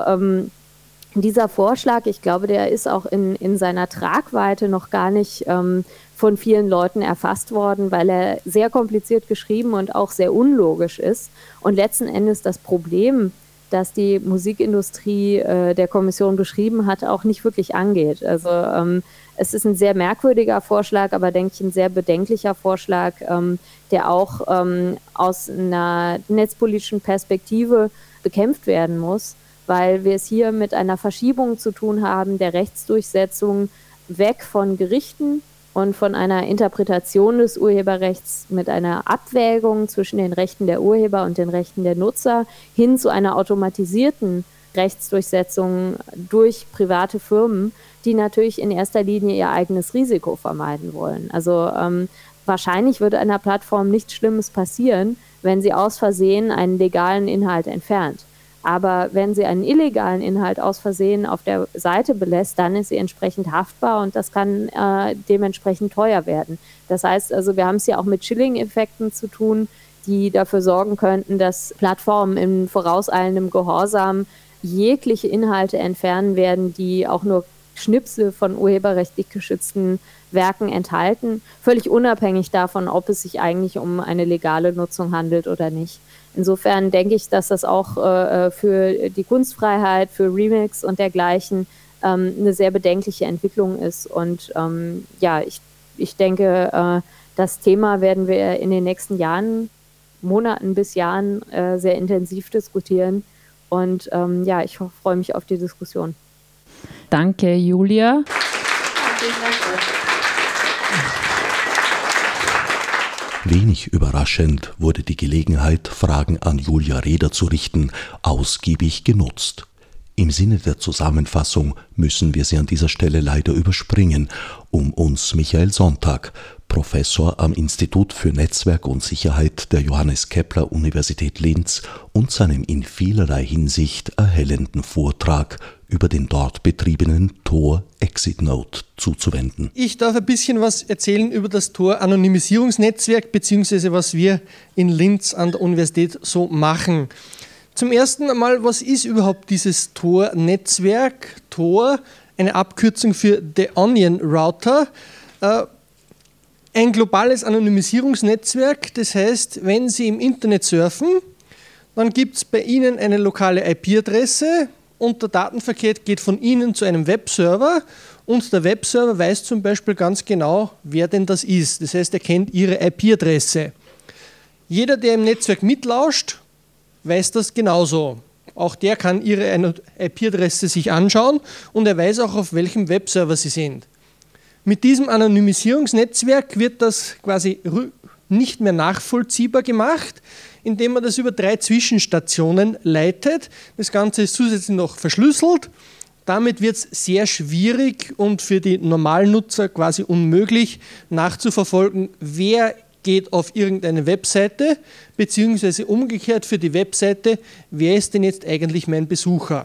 dieser Vorschlag, ich glaube, der ist auch in seiner Tragweite noch gar nicht von vielen Leuten erfasst worden, weil er sehr kompliziert geschrieben und auch sehr unlogisch ist. Und letzten Endes das Problem, das die Musikindustrie der Kommission beschrieben hat, auch nicht wirklich angeht. Also es ist ein sehr merkwürdiger Vorschlag, aber denke ich ein sehr bedenklicher Vorschlag, der auch aus einer netzpolitischen Perspektive bekämpft werden muss, weil wir es hier mit einer Verschiebung zu tun haben der Rechtsdurchsetzung weg von Gerichten und von einer Interpretation des Urheberrechts mit einer Abwägung zwischen den Rechten der Urheber und den Rechten der Nutzer hin zu einer automatisierten Rechtsdurchsetzung durch private Firmen, die natürlich in erster Linie ihr eigenes Risiko vermeiden wollen. Also wahrscheinlich würde einer Plattform nichts Schlimmes passieren, wenn sie aus Versehen einen legalen Inhalt entfernt. Aber wenn sie einen illegalen Inhalt aus Versehen auf der Seite belässt, dann ist sie entsprechend haftbar und das kann dementsprechend teuer werden. Das heißt also, wir haben es ja auch mit Chilling-Effekten zu tun, die dafür sorgen könnten, dass Plattformen in vorauseilendem Gehorsam jegliche Inhalte entfernen werden, die auch nur Schnipsel von urheberrechtlich geschützten Werken enthalten, völlig unabhängig davon, ob es sich eigentlich um eine legale Nutzung handelt oder nicht. Insofern denke ich, dass das auch für die Kunstfreiheit, für Remix und dergleichen eine sehr bedenkliche Entwicklung ist. Und ich denke, das Thema werden wir in den nächsten Monaten bis Jahren sehr intensiv diskutieren. Und ich freue mich auf die Diskussion. Danke, Julia. Wenig überraschend wurde die Gelegenheit, Fragen an Julia Reder zu richten, ausgiebig genutzt. Im Sinne der Zusammenfassung müssen wir sie an dieser Stelle leider überspringen, um uns Michael Sonntag, Professor am Institut für Netzwerk und Sicherheit der Johannes Kepler Universität Linz, und seinem in vielerlei Hinsicht erhellenden Vortrag über den dort betriebenen Tor Exit Node zuzuwenden. Ich darf ein bisschen was erzählen über das Tor Anonymisierungsnetzwerk, beziehungsweise was wir in Linz an der Universität so machen. Zum ersten einmal, was ist überhaupt dieses Tor-Netzwerk? Tor, eine Abkürzung für The Onion Router. Ein globales Anonymisierungsnetzwerk, das heißt, wenn Sie im Internet surfen, dann gibt es bei Ihnen eine lokale IP-Adresse und der Datenverkehr geht von Ihnen zu einem Webserver und der Webserver weiß zum Beispiel ganz genau, wer denn das ist. Das heißt, er kennt Ihre IP-Adresse. Jeder, der im Netzwerk mitlauscht, weiß das genauso. Auch der kann Ihre IP-Adresse sich anschauen und er weiß auch, auf welchem Webserver Sie sind. Mit diesem Anonymisierungsnetzwerk wird das quasi nicht mehr nachvollziehbar gemacht, indem man das über 3 Zwischenstationen leitet. Das Ganze ist zusätzlich noch verschlüsselt. Damit wird es sehr schwierig und für die Normalnutzer quasi unmöglich nachzuverfolgen, wer geht auf irgendeine Webseite, beziehungsweise umgekehrt für die Webseite, wer ist denn jetzt eigentlich mein Besucher?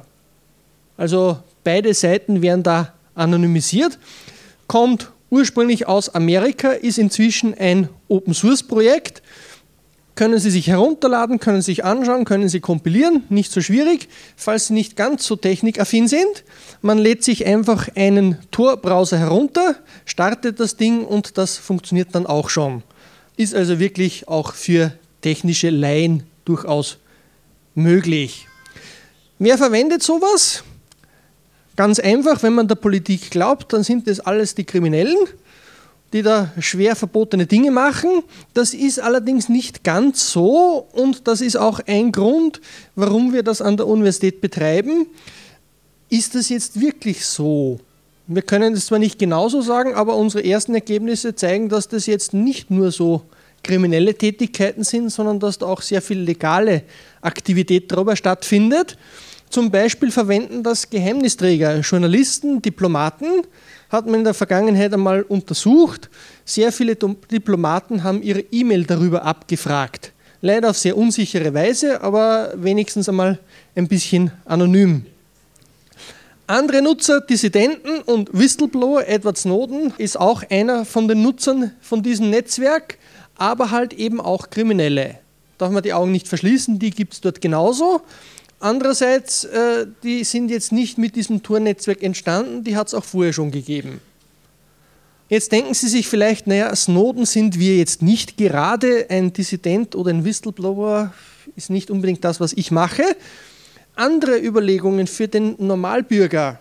Also beide Seiten werden da anonymisiert, kommt ursprünglich aus Amerika, ist inzwischen ein Open-Source-Projekt, können Sie sich herunterladen, können Sie sich anschauen, können Sie kompilieren, nicht so schwierig, falls Sie nicht ganz so technikaffin sind. Man lädt sich einfach einen Tor-Browser herunter, startet das Ding und das funktioniert dann auch schon. Ist also wirklich auch für technische Laien durchaus möglich. Wer verwendet sowas? Ganz einfach, wenn man der Politik glaubt, dann sind das alles die Kriminellen, die da schwer verbotene Dinge machen. Das ist allerdings nicht ganz so und das ist auch ein Grund, warum wir das an der Universität betreiben. Ist das jetzt wirklich so? Wir können das zwar nicht genauso sagen, aber unsere ersten Ergebnisse zeigen, dass das jetzt nicht nur so kriminelle Tätigkeiten sind, sondern dass da auch sehr viel legale Aktivität darüber stattfindet. Zum Beispiel verwenden das Geheimnisträger, Journalisten, Diplomaten, hat man in der Vergangenheit einmal untersucht. Sehr viele Diplomaten haben ihre E-Mail darüber abgefragt. Leider auf sehr unsichere Weise, aber wenigstens einmal ein bisschen anonym. Andere Nutzer, Dissidenten und Whistleblower, Edward Snowden ist auch einer von den Nutzern von diesem Netzwerk, aber halt eben auch Kriminelle. Darf man die Augen nicht verschließen, die gibt es dort genauso. Andererseits, die sind jetzt nicht mit diesem Tor-Netzwerk entstanden, die hat es auch vorher schon gegeben. Jetzt denken Sie sich vielleicht, naja, Snowden sind wir jetzt nicht gerade, ein Dissident oder ein Whistleblower ist nicht unbedingt das, was ich mache. Andere Überlegungen für den Normalbürger.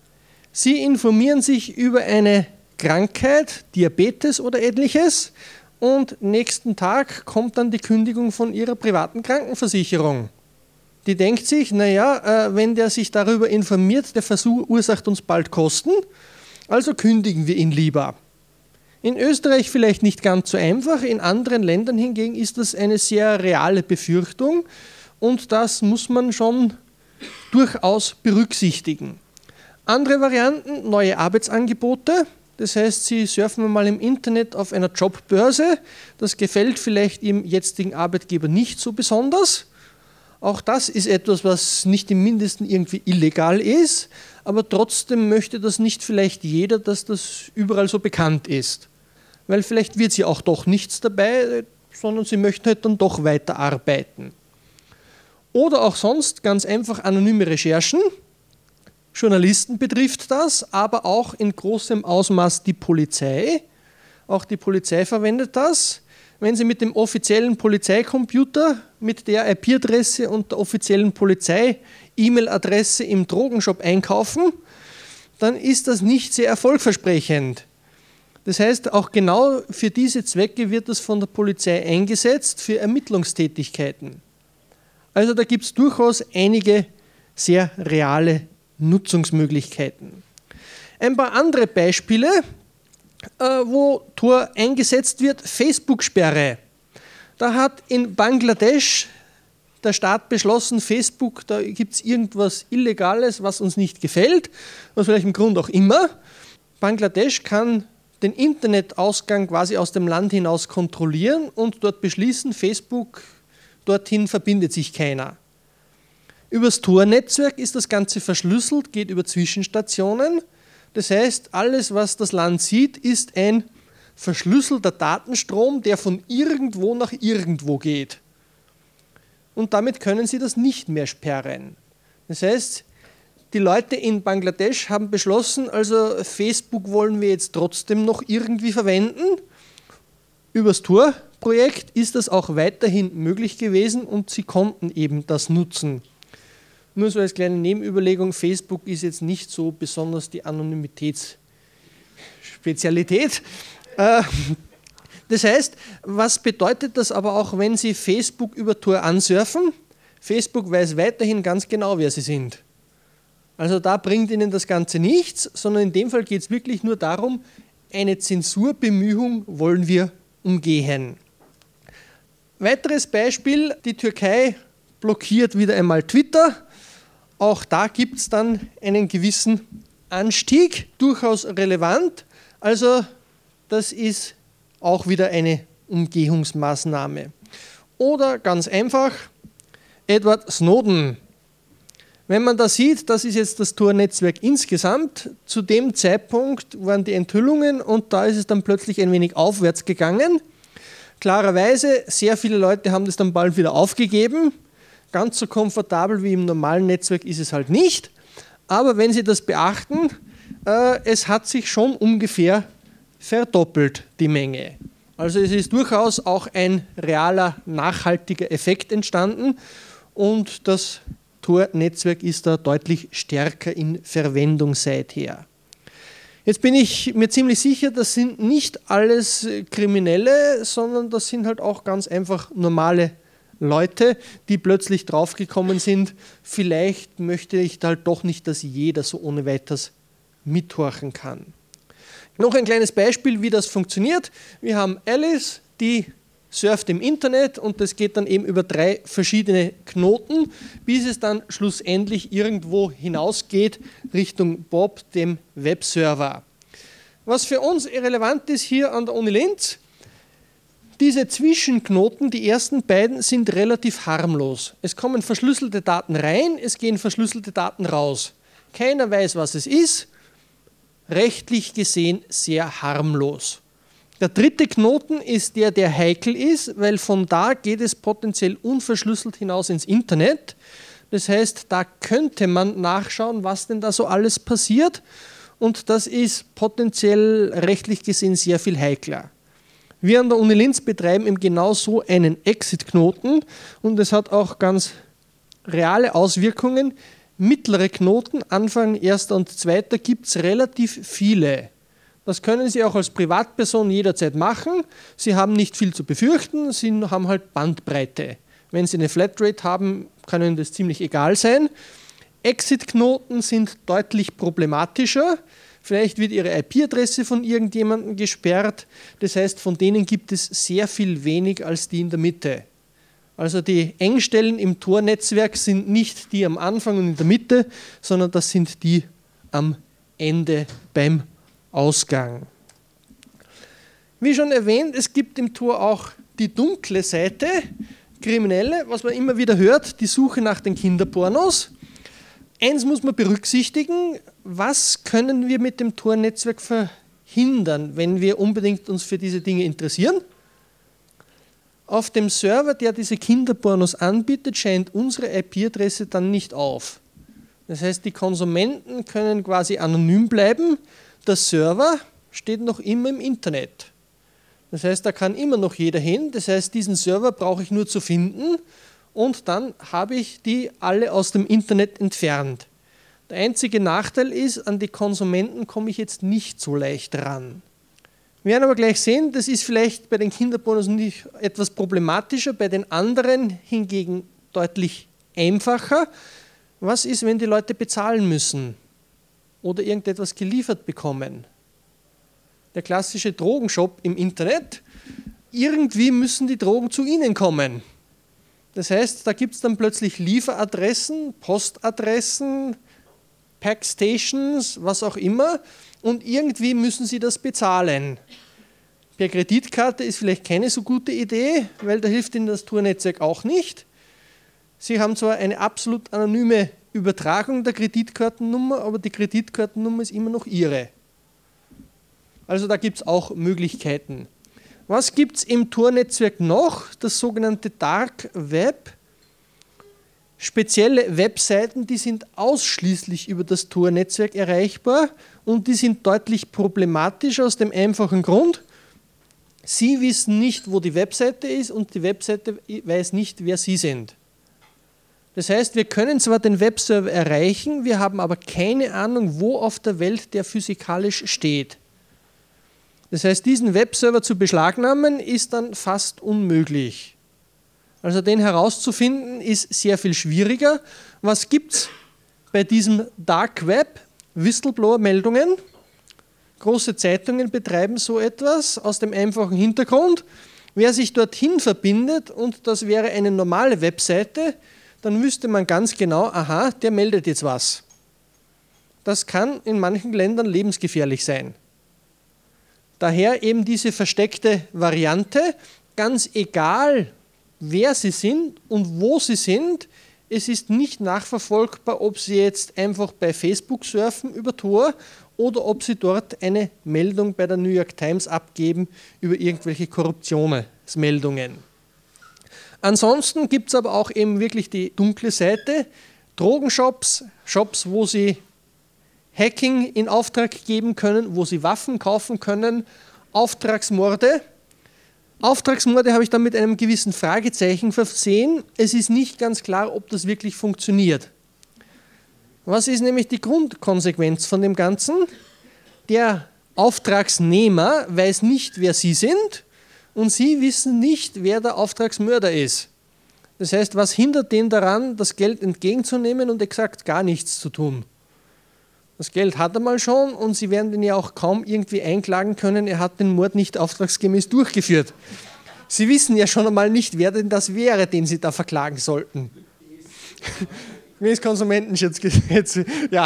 Sie informieren sich über eine Krankheit, Diabetes oder ähnliches und nächsten Tag kommt dann die Kündigung von Ihrer privaten Krankenversicherung. Die denkt sich, naja, wenn der sich darüber informiert, der verursacht uns bald Kosten, also kündigen wir ihn lieber. In Österreich vielleicht nicht ganz so einfach, in anderen Ländern hingegen ist das eine sehr reale Befürchtung und das muss man schon durchaus berücksichtigen. Andere Varianten, neue Arbeitsangebote, das heißt, Sie surfen mal im Internet auf einer Jobbörse, das gefällt vielleicht Ihrem jetzigen Arbeitgeber nicht so besonders. Auch das ist etwas, was nicht im Mindesten irgendwie illegal ist, aber trotzdem möchte das nicht vielleicht jeder, dass das überall so bekannt ist. Weil vielleicht wird sie auch doch nichts dabei, sondern sie möchten halt dann doch weiterarbeiten. Oder auch sonst ganz einfach anonyme Recherchen. Journalisten betrifft das, aber auch in großem Ausmaß die Polizei. Auch die Polizei verwendet das. Wenn Sie mit dem offiziellen Polizeicomputer, mit der IP-Adresse und der offiziellen Polizei-E-Mail-Adresse im Drogenshop einkaufen, dann ist das nicht sehr erfolgversprechend. Das heißt, auch genau für diese Zwecke wird das von der Polizei eingesetzt, für Ermittlungstätigkeiten. Also da gibt es durchaus einige sehr reale Nutzungsmöglichkeiten. Ein paar andere Beispiele, wo Tor eingesetzt wird, Facebook-Sperre. Da hat in Bangladesch der Staat beschlossen, Facebook, da gibt es irgendwas Illegales, was uns nicht gefällt, aus welchem Grund auch immer. Bangladesch kann den Internetausgang quasi aus dem Land hinaus kontrollieren und dort beschließen, Facebook, dorthin verbindet sich keiner. Übers Tor-Netzwerk ist das Ganze verschlüsselt, geht über Zwischenstationen. Das heißt, alles, was das Land sieht, ist ein verschlüsselter Datenstrom, der von irgendwo nach irgendwo geht. Und damit können Sie das nicht mehr sperren. Das heißt, die Leute in Bangladesch haben beschlossen, also Facebook wollen wir jetzt trotzdem noch irgendwie verwenden. Übers Tor-Projekt ist das auch weiterhin möglich gewesen und sie konnten eben das nutzen. Nur so als kleine Nebenüberlegung, Facebook ist jetzt nicht so besonders die Anonymitätsspezialität. Das heißt, was bedeutet das aber auch, wenn Sie Facebook über Tor ansurfen? Facebook weiß weiterhin ganz genau, wer Sie sind. Also da bringt Ihnen das Ganze nichts, sondern in dem Fall geht es wirklich nur darum, eine Zensurbemühung wollen wir umgehen. Weiteres Beispiel, die Türkei blockiert wieder einmal Twitter. Auch da gibt es dann einen gewissen Anstieg, durchaus relevant. Also das ist auch wieder eine Umgehungsmaßnahme. Oder ganz einfach, Edward Snowden. Wenn man da sieht, das ist jetzt das Tor-Netzwerk insgesamt, zu dem Zeitpunkt waren die Enthüllungen und da ist es dann plötzlich ein wenig aufwärts gegangen. Klarerweise, sehr viele Leute haben das dann bald wieder aufgegeben. Ganz so komfortabel wie im normalen Netzwerk ist es halt nicht. Aber wenn Sie das beachten, es hat sich schon ungefähr verdoppelt, die Menge. Also es ist durchaus auch ein realer, nachhaltiger Effekt entstanden und das Tor-Netzwerk ist da deutlich stärker in Verwendung seither. Jetzt bin ich mir ziemlich sicher, das sind nicht alles Kriminelle, sondern das sind halt auch ganz einfach normale Leute, die plötzlich draufgekommen sind, vielleicht möchte ich halt doch nicht, dass jeder so ohne weiteres mithorchen kann. Noch ein kleines Beispiel, wie das funktioniert. Wir haben Alice, die surft im Internet und das geht dann eben über 3 verschiedene Knoten, bis es dann schlussendlich irgendwo hinausgeht Richtung Bob, dem Webserver. Was für uns relevant ist hier an der Uni Linz, diese Zwischenknoten, die ersten beiden, sind relativ harmlos. Es kommen verschlüsselte Daten rein, es gehen verschlüsselte Daten raus. Keiner weiß, was es ist. Rechtlich gesehen sehr harmlos. Der dritte Knoten ist der, der heikel ist, weil von da geht es potenziell unverschlüsselt hinaus ins Internet. Das heißt, da könnte man nachschauen, was denn da so alles passiert. Und das ist potenziell rechtlich gesehen sehr viel heikler. Wir an der Uni Linz betreiben eben genau so einen Exit-Knoten und es hat auch ganz reale Auswirkungen. Mittlere Knoten, Anfang, erster und zweiter, gibt es relativ viele. Das können Sie auch als Privatperson jederzeit machen. Sie haben nicht viel zu befürchten, Sie haben halt Bandbreite. Wenn Sie eine Flatrate haben, kann Ihnen das ziemlich egal sein. Exit-Knoten sind deutlich problematischer, Vielleicht wird ihre IP-Adresse von irgendjemandem gesperrt. Das heißt, von denen gibt es sehr viel weniger als die in der Mitte. Also die Engstellen im Tor-Netzwerk sind nicht die am Anfang und in der Mitte, sondern das sind die am Ende beim Ausgang. Wie schon erwähnt, es gibt im Tor auch die dunkle Seite, Kriminelle, was man immer wieder hört, die Suche nach den Kinderpornos. Eins muss man berücksichtigen, was können wir mit dem Tor-Netzwerk verhindern, wenn wir unbedingt uns für diese Dinge interessieren? Auf dem Server, der diese Kinderpornos anbietet, scheint unsere IP-Adresse dann nicht auf. Das heißt, die Konsumenten können quasi anonym bleiben, der Server steht noch immer im Internet. Das heißt, da kann immer noch jeder hin. Das heißt, diesen Server brauche ich nur zu finden und dann habe ich die alle aus dem Internet entfernt. Der einzige Nachteil ist, an die Konsumenten komme ich jetzt nicht so leicht ran. Wir werden aber gleich sehen, das ist vielleicht bei den Kinderpornos nicht etwas problematischer, bei den anderen hingegen deutlich einfacher. Was ist, wenn die Leute bezahlen müssen oder irgendetwas geliefert bekommen? Der klassische Drogenshop im Internet, irgendwie müssen die Drogen zu Ihnen kommen. Das heißt, da gibt es dann plötzlich Lieferadressen, Postadressen, Packstations, was auch immer, und irgendwie müssen Sie das bezahlen. Per Kreditkarte ist vielleicht keine so gute Idee, weil da hilft Ihnen das Tor-Netzwerk auch nicht. Sie haben zwar eine absolut anonyme Übertragung der Kreditkartennummer, aber die Kreditkartennummer ist immer noch Ihre. Also da gibt es auch Möglichkeiten. Was gibt es im Tor-Netzwerk noch? Das sogenannte Dark Web. Spezielle Webseiten, die sind ausschließlich über das Tor-Netzwerk erreichbar und die sind deutlich problematisch aus dem einfachen Grund, Sie wissen nicht, wo die Webseite ist und die Webseite weiß nicht, wer Sie sind. Das heißt, wir können zwar den Webserver erreichen, wir haben aber keine Ahnung, wo auf der Welt der physikalisch steht. Das heißt, diesen Webserver zu beschlagnahmen, ist dann fast unmöglich. Also den herauszufinden, ist sehr viel schwieriger. Was gibt es bei diesem Dark Web? Whistleblower-Meldungen. Große Zeitungen betreiben so etwas aus dem einfachen Hintergrund. Wer sich dorthin verbindet, und das wäre eine normale Webseite, dann wüsste man ganz genau, aha, der meldet jetzt was. Das kann in manchen Ländern lebensgefährlich sein. Daher eben diese versteckte Variante, ganz egal, wer Sie sind und wo Sie sind, es ist nicht nachverfolgbar, ob Sie jetzt einfach bei Facebook surfen über Tor oder ob Sie dort eine Meldung bei der New York Times abgeben über irgendwelche Korruptionsmeldungen. Ansonsten gibt es aber auch eben wirklich die dunkle Seite, Drogenshops, Shops, wo Sie Hacking in Auftrag geben können, wo Sie Waffen kaufen können, Auftragsmorde. Auftragsmorde habe ich dann mit einem gewissen Fragezeichen versehen. Es ist nicht ganz klar, ob das wirklich funktioniert. Was ist nämlich die Grundkonsequenz von dem Ganzen? Der Auftragsnehmer weiß nicht, wer Sie sind und Sie wissen nicht, wer der Auftragsmörder ist. Das heißt, was hindert den daran, das Geld entgegenzunehmen und exakt gar nichts zu tun? Das Geld hat er mal schon und Sie werden den ja auch kaum irgendwie einklagen können, er hat den Mord nicht auftragsgemäß durchgeführt. Sie wissen ja schon einmal nicht, wer denn das wäre, den Sie da verklagen sollten. Das Konsumentenschutzgesetz, ja.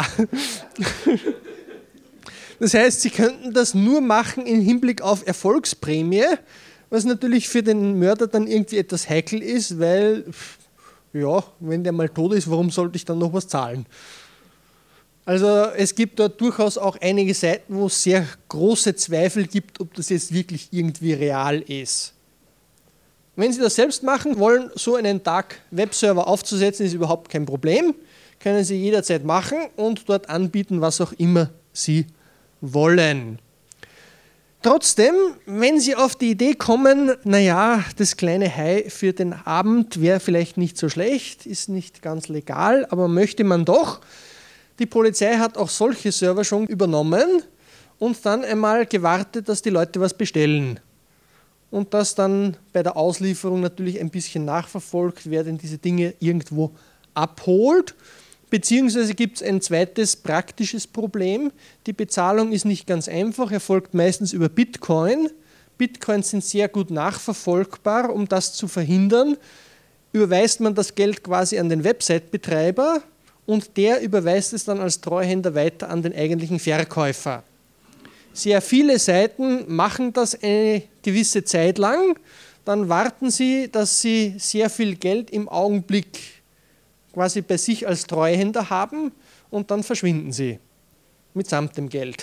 Das heißt, Sie könnten das nur machen im Hinblick auf Erfolgsprämie, was natürlich für den Mörder dann irgendwie etwas heikel ist, weil, ja, wenn der mal tot ist, warum sollte ich dann noch was zahlen? Also es gibt dort durchaus auch einige Seiten, wo es sehr große Zweifel gibt, ob das jetzt wirklich irgendwie real ist. Wenn Sie das selbst machen wollen, so einen Dark Web Server aufzusetzen, ist überhaupt kein Problem. Können Sie jederzeit machen und dort anbieten, was auch immer Sie wollen. Trotzdem, wenn Sie auf die Idee kommen, naja, das kleine Hai für den Abend wäre vielleicht nicht so schlecht, ist nicht ganz legal, aber möchte man doch. Die Polizei hat auch solche Server schon übernommen und dann einmal gewartet, dass die Leute was bestellen. Und das dann bei der Auslieferung natürlich ein bisschen nachverfolgt, wer denn diese Dinge irgendwo abholt. Beziehungsweise gibt es ein zweites praktisches Problem. Die Bezahlung ist nicht ganz einfach, erfolgt meistens über Bitcoin. Bitcoins sind sehr gut nachverfolgbar. Um das zu verhindern, überweist man das Geld quasi an den Website-Betreiber und der überweist es dann als Treuhänder weiter an den eigentlichen Verkäufer. Sehr viele Seiten machen das eine gewisse Zeit lang, dann warten sie, dass sie sehr viel Geld im Augenblick quasi bei sich als Treuhänder haben und dann verschwinden sie mitsamt dem Geld.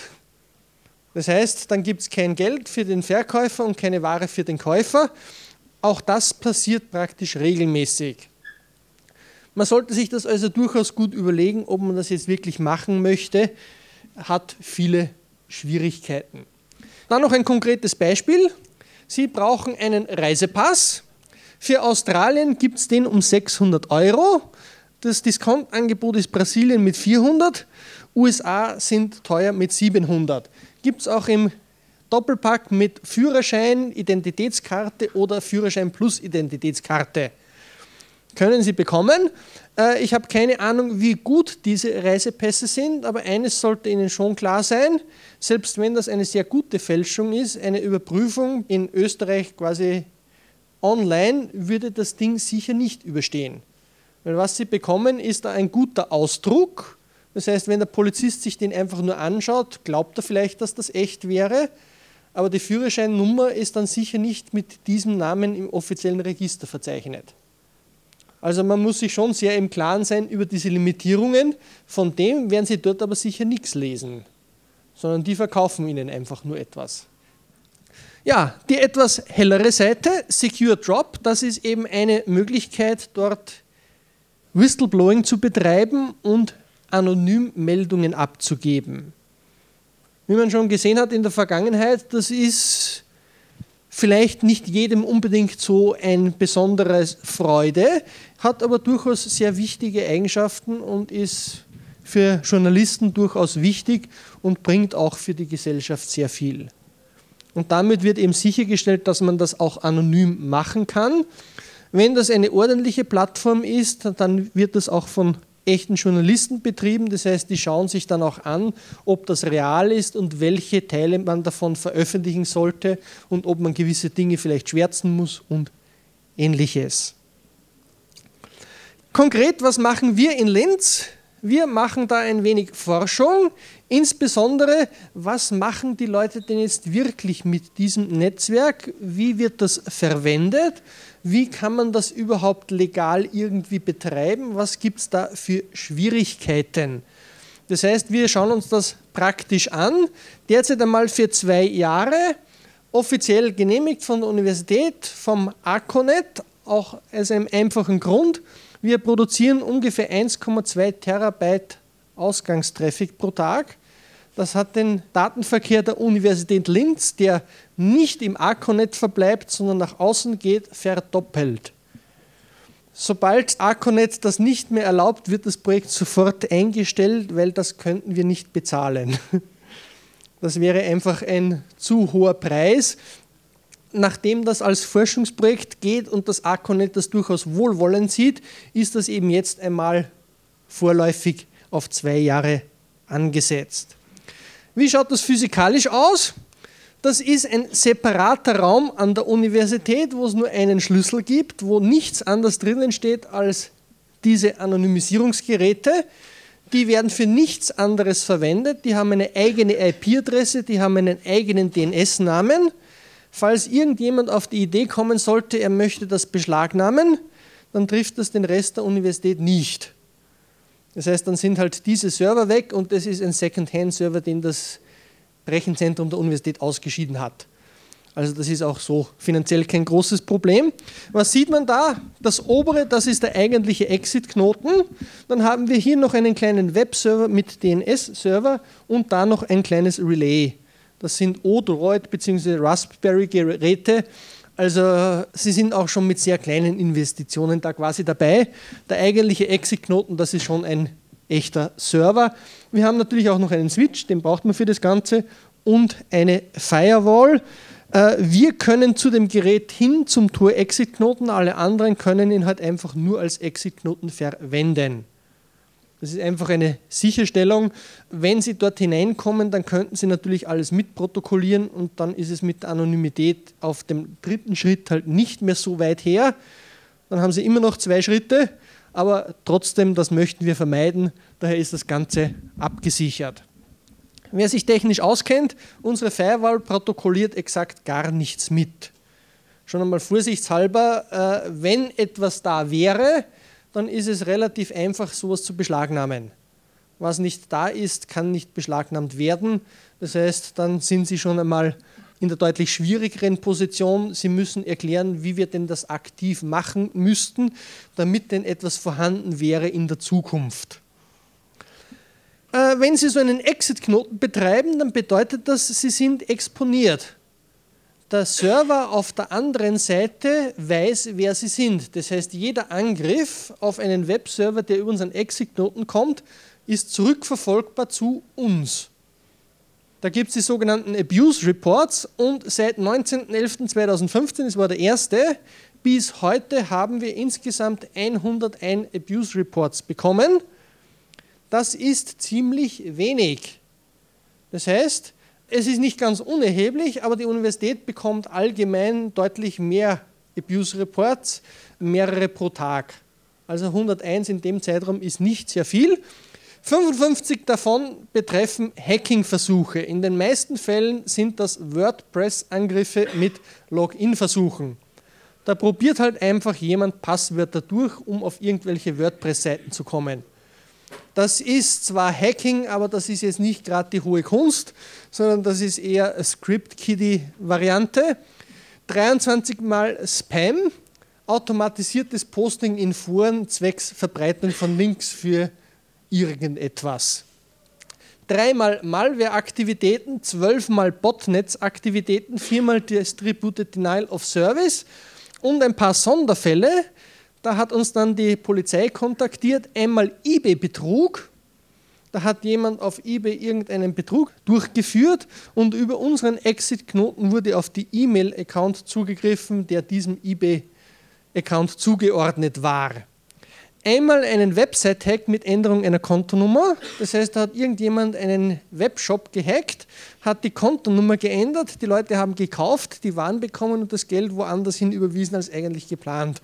Das heißt, dann gibt es kein Geld für den Verkäufer und keine Ware für den Käufer. Auch das passiert praktisch regelmäßig. Man sollte sich das also durchaus gut überlegen, ob man das jetzt wirklich machen möchte, hat viele Schwierigkeiten. Dann noch ein konkretes Beispiel. Sie brauchen einen Reisepass. Für Australien gibt es den um 600 €. Das Diskontangebot ist Brasilien mit 400, USA sind teuer mit 700. Gibt es auch im Doppelpack mit Führerschein, Identitätskarte oder Führerschein plus Identitätskarte. Können Sie bekommen. Ich habe keine Ahnung, wie gut diese Reisepässe sind, aber eines sollte Ihnen schon klar sein, selbst wenn das eine sehr gute Fälschung ist, eine Überprüfung in Österreich quasi online würde das Ding sicher nicht überstehen. Weil was Sie bekommen, ist da ein guter Ausdruck. Das heißt, wenn der Polizist sich den einfach nur anschaut, glaubt er vielleicht, dass das echt wäre, aber die Führerscheinnummer ist dann sicher nicht mit diesem Namen im offiziellen Register verzeichnet. Also man muss sich schon sehr im Klaren sein über diese Limitierungen. Von dem werden Sie dort aber sicher nichts lesen, sondern die verkaufen Ihnen einfach nur etwas. Ja, die etwas hellere Seite, Secure Drop, das ist eben eine Möglichkeit, dort Whistleblowing zu betreiben und anonym Meldungen abzugeben. Wie man schon gesehen hat in der Vergangenheit, das ist vielleicht nicht jedem unbedingt so ein besonderes Freude, hat aber durchaus sehr wichtige Eigenschaften und ist für Journalisten durchaus wichtig und bringt auch für die Gesellschaft sehr viel. Und damit wird eben sichergestellt, dass man das auch anonym machen kann. Wenn das eine ordentliche Plattform ist, dann wird das auch von echten Journalisten betrieben. Das heißt, die schauen sich dann auch an, ob das real ist und welche Teile man davon veröffentlichen sollte und ob man gewisse Dinge vielleicht schwärzen muss und Ähnliches. Konkret, was machen wir in Linz? Wir machen da ein wenig Forschung, insbesondere, was machen die Leute denn jetzt wirklich mit diesem Netzwerk? Wie wird das verwendet? Wie kann man das überhaupt legal irgendwie betreiben? Was gibt es da für Schwierigkeiten? Das heißt, wir schauen uns das praktisch an. Derzeit einmal für 2 Jahre, offiziell genehmigt von der Universität, vom ARCONET, auch aus einem einfachen Grund. Wir produzieren ungefähr 1,2 Terabyte Ausgangstraffic pro Tag. Das hat den Datenverkehr der Universität Linz, der nicht im ARCONET verbleibt, sondern nach außen geht, verdoppelt. Sobald ARCONET das nicht mehr erlaubt, wird das Projekt sofort eingestellt, weil das könnten wir nicht bezahlen. Das wäre einfach ein zu hoher Preis. Nachdem das als Forschungsprojekt geht und das ARCONET das durchaus wohlwollend sieht, ist das eben jetzt einmal vorläufig auf 2 Jahre angesetzt. Wie schaut das physikalisch aus? Das ist ein separater Raum an der Universität, wo es nur einen Schlüssel gibt, wo nichts anderes drinnen steht als diese Anonymisierungsgeräte. Die werden für nichts anderes verwendet. Die haben eine eigene IP-Adresse, die haben einen eigenen DNS-Namen. Falls irgendjemand auf die Idee kommen sollte, er möchte das beschlagnahmen, dann trifft das den Rest der Universität nicht. Das heißt, dann sind halt diese Server weg und das ist ein Second-Hand-Server, den das Rechenzentrum der Universität ausgeschieden hat. Also das ist auch so finanziell kein großes Problem. Was sieht man da? Das obere, das ist der eigentliche Exit-Knoten. Dann haben wir hier noch einen kleinen Webserver mit DNS-Server und da noch ein kleines Relay. Das sind Odroid bzw. Raspberry-Geräte. Also sie sind auch schon mit sehr kleinen Investitionen da quasi dabei. Der eigentliche Exit-Knoten, das ist schon ein echter Server. Wir haben natürlich auch noch einen Switch, den braucht man für das Ganze, und eine Firewall. Wir können zu dem Gerät hin zum Tor-Exit-Knoten, alle anderen können ihn halt einfach nur als Exit-Knoten verwenden. Das ist einfach eine Sicherstellung. Wenn Sie dort hineinkommen, dann könnten Sie natürlich alles mitprotokollieren und dann ist es mit der Anonymität auf dem dritten Schritt halt nicht mehr so weit her. Dann haben Sie immer noch 2 Schritte, aber trotzdem, das möchten wir vermeiden. Daher ist das Ganze abgesichert. Wer sich technisch auskennt, unsere Firewall protokolliert exakt gar nichts mit. Schon einmal vorsichtshalber, wenn etwas da wäre, dann ist es relativ einfach, sowas zu beschlagnahmen. Was nicht da ist, kann nicht beschlagnahmt werden. Das heißt, dann sind Sie schon einmal in der deutlich schwierigeren Position. Sie müssen erklären, wie wir denn das aktiv machen müssten, damit denn etwas vorhanden wäre in der Zukunft. Wenn Sie so einen Exit-Knoten betreiben, dann bedeutet das, Sie sind exponiert. Der Server auf der anderen Seite weiß, wer Sie sind. Das heißt, jeder Angriff auf einen Webserver, der über unseren Exit-Knoten kommt, ist zurückverfolgbar zu uns. Da gibt es die sogenannten Abuse Reports und seit 19.11.2015, das war der erste, bis heute haben wir insgesamt 101 Abuse Reports bekommen. Das ist ziemlich wenig. Das heißt, es ist nicht ganz unerheblich, aber die Universität bekommt allgemein deutlich mehr Abuse Reports, mehrere pro Tag. Also 101 in dem Zeitraum ist nicht sehr viel. 55 davon betreffen Hacking-Versuche. In den meisten Fällen sind das WordPress-Angriffe mit Login-Versuchen. Da probiert halt einfach jemand Passwörter durch, um auf irgendwelche WordPress-Seiten zu kommen. Das ist zwar Hacking, aber das ist jetzt nicht gerade die hohe Kunst, sondern das ist eher eine Script-Kiddie-Variante. 23 Mal Spam, automatisiertes Posting in Foren zwecks Verbreitung von Links für irgendetwas. 3 Mal Malware-Aktivitäten, 12 Mal Botnets-Aktivitäten, 4 Mal Distributed Denial of Service und ein paar Sonderfälle. Da hat uns dann die Polizei kontaktiert, einmal eBay-Betrug. Da hat jemand auf eBay irgendeinen Betrug durchgeführt und über unseren Exit-Knoten wurde auf die E-Mail-Account zugegriffen, der diesem eBay-Account zugeordnet war. Einmal einen Website-Hack mit Änderung einer Kontonummer. Das heißt, da hat irgendjemand einen Webshop gehackt, hat die Kontonummer geändert, die Leute haben gekauft, die Waren bekommen und das Geld woanders hin überwiesen als eigentlich geplant.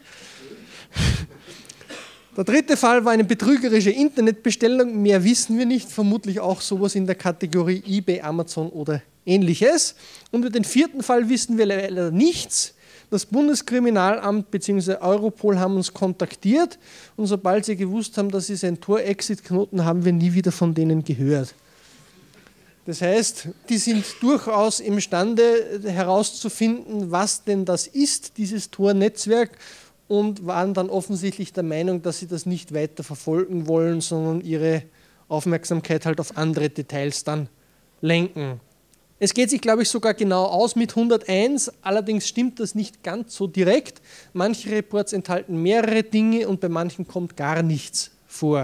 Der dritte Fall war eine betrügerische Internetbestellung. Mehr wissen wir nicht, vermutlich auch sowas in der Kategorie eBay, Amazon oder ähnliches. Und über den vierten Fall wissen wir leider nichts. Das Bundeskriminalamt bzw. Europol haben uns kontaktiert und sobald sie gewusst haben, dass es ein Tor-Exit-Knoten, haben wir nie wieder von denen gehört. Das heißt, die sind durchaus imstande herauszufinden, was denn das ist, dieses Tor-Netzwerk, und waren dann offensichtlich der Meinung, dass sie das nicht weiter verfolgen wollen, sondern ihre Aufmerksamkeit halt auf andere Details dann lenken. Es geht sich, glaube ich, sogar genau aus mit 101, allerdings stimmt das nicht ganz so direkt. Manche Reports enthalten mehrere Dinge und bei manchen kommt gar nichts vor.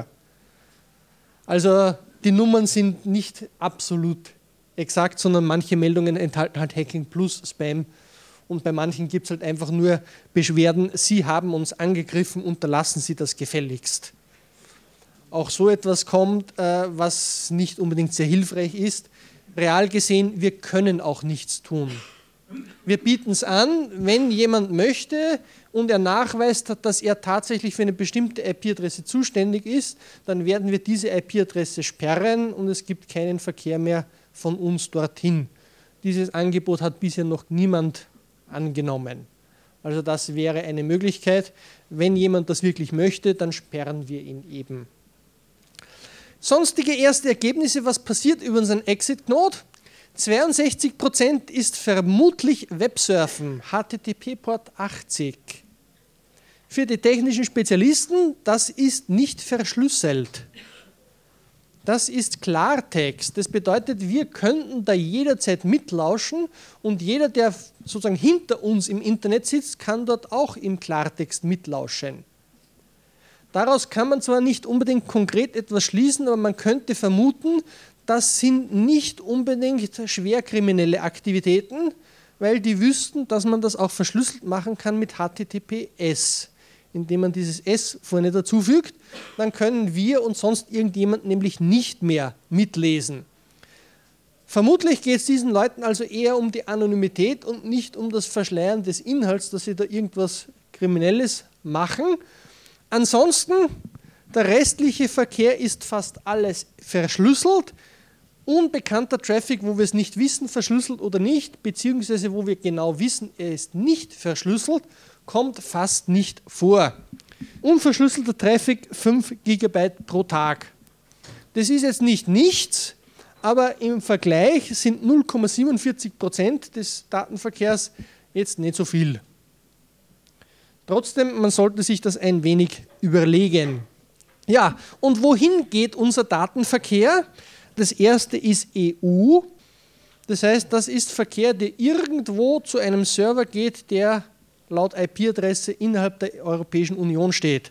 Also die Nummern sind nicht absolut exakt, sondern manche Meldungen enthalten halt Hacking plus Spam. Und bei manchen gibt es halt einfach nur Beschwerden, Sie haben uns angegriffen, unterlassen Sie das gefälligst. Auch so etwas kommt, was nicht unbedingt sehr hilfreich ist. Real gesehen, wir können auch nichts tun. Wir bieten es an, wenn jemand möchte und er nachweist hat, dass er tatsächlich für eine bestimmte IP-Adresse zuständig ist, dann werden wir diese IP-Adresse sperren und es gibt keinen Verkehr mehr von uns dorthin. Dieses Angebot hat bisher noch niemand angenommen. Also das wäre eine Möglichkeit. Wenn jemand das wirklich möchte, dann sperren wir ihn eben. Sonstige erste Ergebnisse, was passiert über unseren Exit-Node? 62% ist vermutlich Websurfen, HTTP-Port 80. Für die technischen Spezialisten, das ist nicht verschlüsselt. Das ist Klartext. Das bedeutet, wir könnten da jederzeit mitlauschen und jeder, der sozusagen hinter uns im Internet sitzt, kann dort auch im Klartext mitlauschen. Daraus kann man zwar nicht unbedingt konkret etwas schließen, aber man könnte vermuten, das sind nicht unbedingt schwerkriminelle Aktivitäten, weil die wüssten, dass man das auch verschlüsselt machen kann mit HTTPS. indem man dieses S vorne dazufügt, dann können wir und sonst irgendjemand nämlich nicht mehr mitlesen. Vermutlich geht es diesen Leuten also eher um die Anonymität und nicht um das Verschleiern des Inhalts, dass sie da irgendwas Kriminelles machen. Ansonsten, der restliche Verkehr ist fast alles verschlüsselt. Unbekannter Traffic, wo wir es nicht wissen, verschlüsselt oder nicht, beziehungsweise wo wir genau wissen, er ist nicht verschlüsselt, kommt fast nicht vor. Unverschlüsselter Traffic 5 GB pro Tag. Das ist jetzt nicht nichts, aber im Vergleich sind 0,47% des Datenverkehrs jetzt nicht so viel. Trotzdem, man sollte sich das ein wenig überlegen. Ja, und wohin geht unser Datenverkehr? Das erste ist EU. Das heißt, das ist Verkehr, der irgendwo zu einem Server geht, der laut IP-Adresse innerhalb der Europäischen Union steht.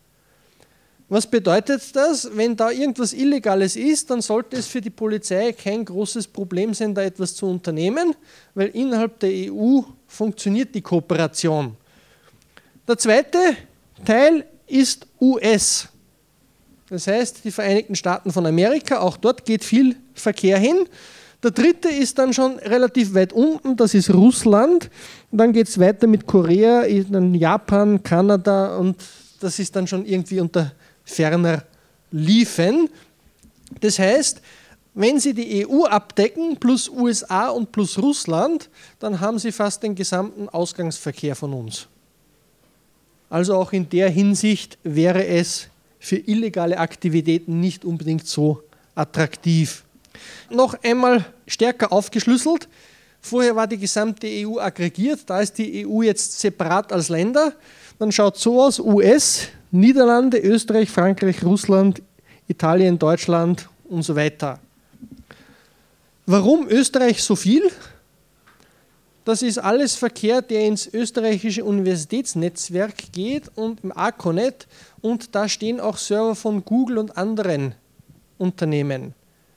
Was bedeutet das? Wenn da irgendwas Illegales ist, dann sollte es für die Polizei kein großes Problem sein, da etwas zu unternehmen, weil innerhalb der EU funktioniert die Kooperation. Der zweite Teil ist US. Das heißt, die Vereinigten Staaten von Amerika, auch dort geht viel Verkehr hin. Der dritte ist dann schon relativ weit unten, das ist Russland. Und dann geht es weiter mit Korea, dann Japan, Kanada und das ist dann schon irgendwie unter ferner Liefen. Das heißt, wenn Sie die EU abdecken, plus USA und plus Russland, dann haben Sie fast den gesamten Ausgangsverkehr von uns. Also auch in der Hinsicht wäre es für illegale Aktivitäten nicht unbedingt so attraktiv. Noch einmal stärker aufgeschlüsselt. Vorher war die gesamte EU aggregiert, da ist die EU jetzt separat als Länder. Dann schaut es so aus: US, Niederlande, Österreich, Frankreich, Russland, Italien, Deutschland und so weiter. Warum Österreich so viel? Das ist alles Verkehr, der ins österreichische Universitätsnetzwerk geht und im Arconet, und da stehen auch Server von Google und anderen Unternehmen.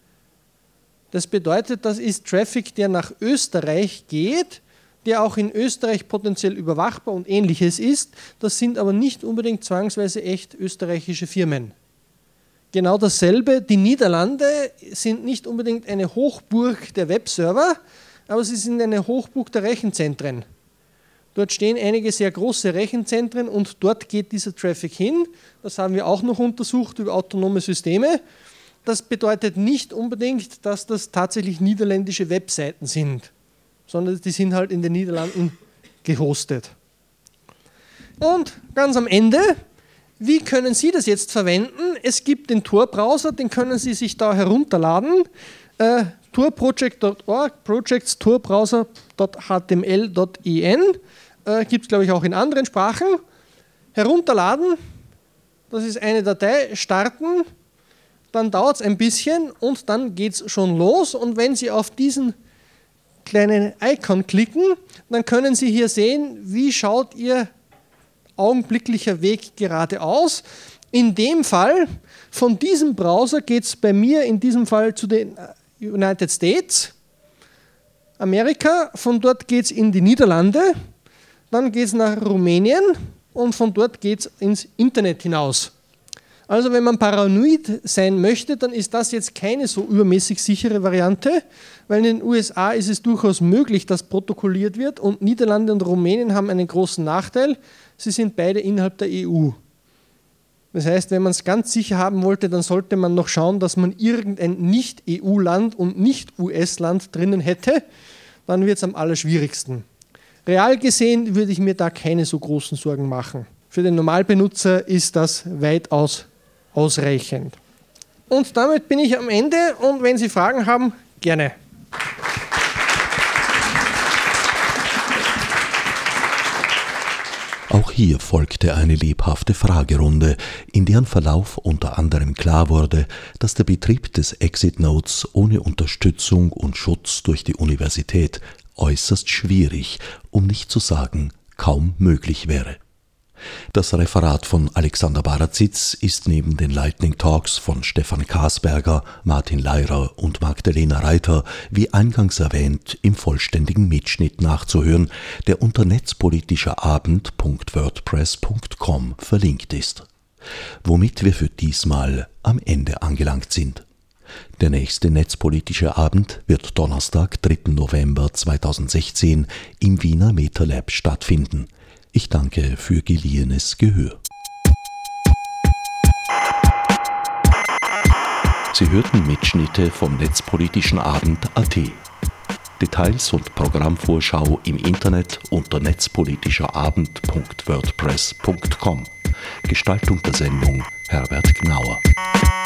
Das bedeutet, das ist Traffic, der nach Österreich geht, der auch in Österreich potenziell überwachbar und Ähnliches ist. Das sind aber nicht unbedingt zwangsweise echt österreichische Firmen. Genau dasselbe, die Niederlande sind nicht unbedingt eine Hochburg der Webserver, aber sie sind eine Hochburg der Rechenzentren. Dort stehen einige sehr große Rechenzentren und dort geht dieser Traffic hin. Das haben wir auch noch untersucht über autonome Systeme. Das bedeutet nicht unbedingt, dass das tatsächlich niederländische Webseiten sind, sondern die sind halt in den Niederlanden gehostet. Und ganz am Ende, wie können Sie das jetzt verwenden? Es gibt den Tor-Browser, den können Sie sich da herunterladen. Torproject.org, Projects Torbrowser.html.in, gibt es glaube ich auch in anderen Sprachen. Herunterladen, das ist eine Datei, starten, dann dauert es ein bisschen und dann geht es schon los. Und wenn Sie auf diesen kleinen Icon klicken, dann können Sie hier sehen, wie schaut Ihr augenblicklicher Weg gerade aus. In dem Fall, von diesem Browser geht es bei mir in diesem Fall zu den United States, Amerika, von dort geht es in die Niederlande, dann geht es nach Rumänien und von dort geht es ins Internet hinaus. Also wenn man paranoid sein möchte, dann ist das jetzt keine so übermäßig sichere Variante, weil in den USA ist es durchaus möglich, dass protokolliert wird, und Niederlande und Rumänien haben einen großen Nachteil, sie sind beide innerhalb der EU. Das heißt, wenn man es ganz sicher haben wollte, dann sollte man noch schauen, dass man irgendein Nicht-EU-Land und Nicht-US-Land drinnen hätte, dann wird es am allerschwierigsten. Real gesehen würde ich mir da keine so großen Sorgen machen. Für den Normalbenutzer ist das weitaus ausreichend. Und damit bin ich am Ende, und wenn Sie Fragen haben, gerne. Auch hier folgte eine lebhafte Fragerunde, in deren Verlauf unter anderem klar wurde, dass der Betrieb des Exit-Nodes ohne Unterstützung und Schutz durch die Universität äußerst schwierig, um nicht zu sagen kaum möglich wäre. Das Referat von Alexander Barazitz ist neben den Lightning Talks von Stefan Kasberger, Martin Leirer und Magdalena Reiter, wie eingangs erwähnt, im vollständigen Mitschnitt nachzuhören, der unter netzpolitischerabend.wordpress.com verlinkt ist. Womit wir für diesmal am Ende angelangt sind. Der nächste Netzpolitische Abend wird Donnerstag, 3. November 2016 im Wiener MetaLab stattfinden. Ich danke für geliehenes Gehör. Sie hörten Mitschnitte vom Netzpolitischen Abend.at. Details und Programmvorschau im Internet unter netzpolitischerabend.wordpress.com. Gestaltung der Sendung Herbert Gnauer.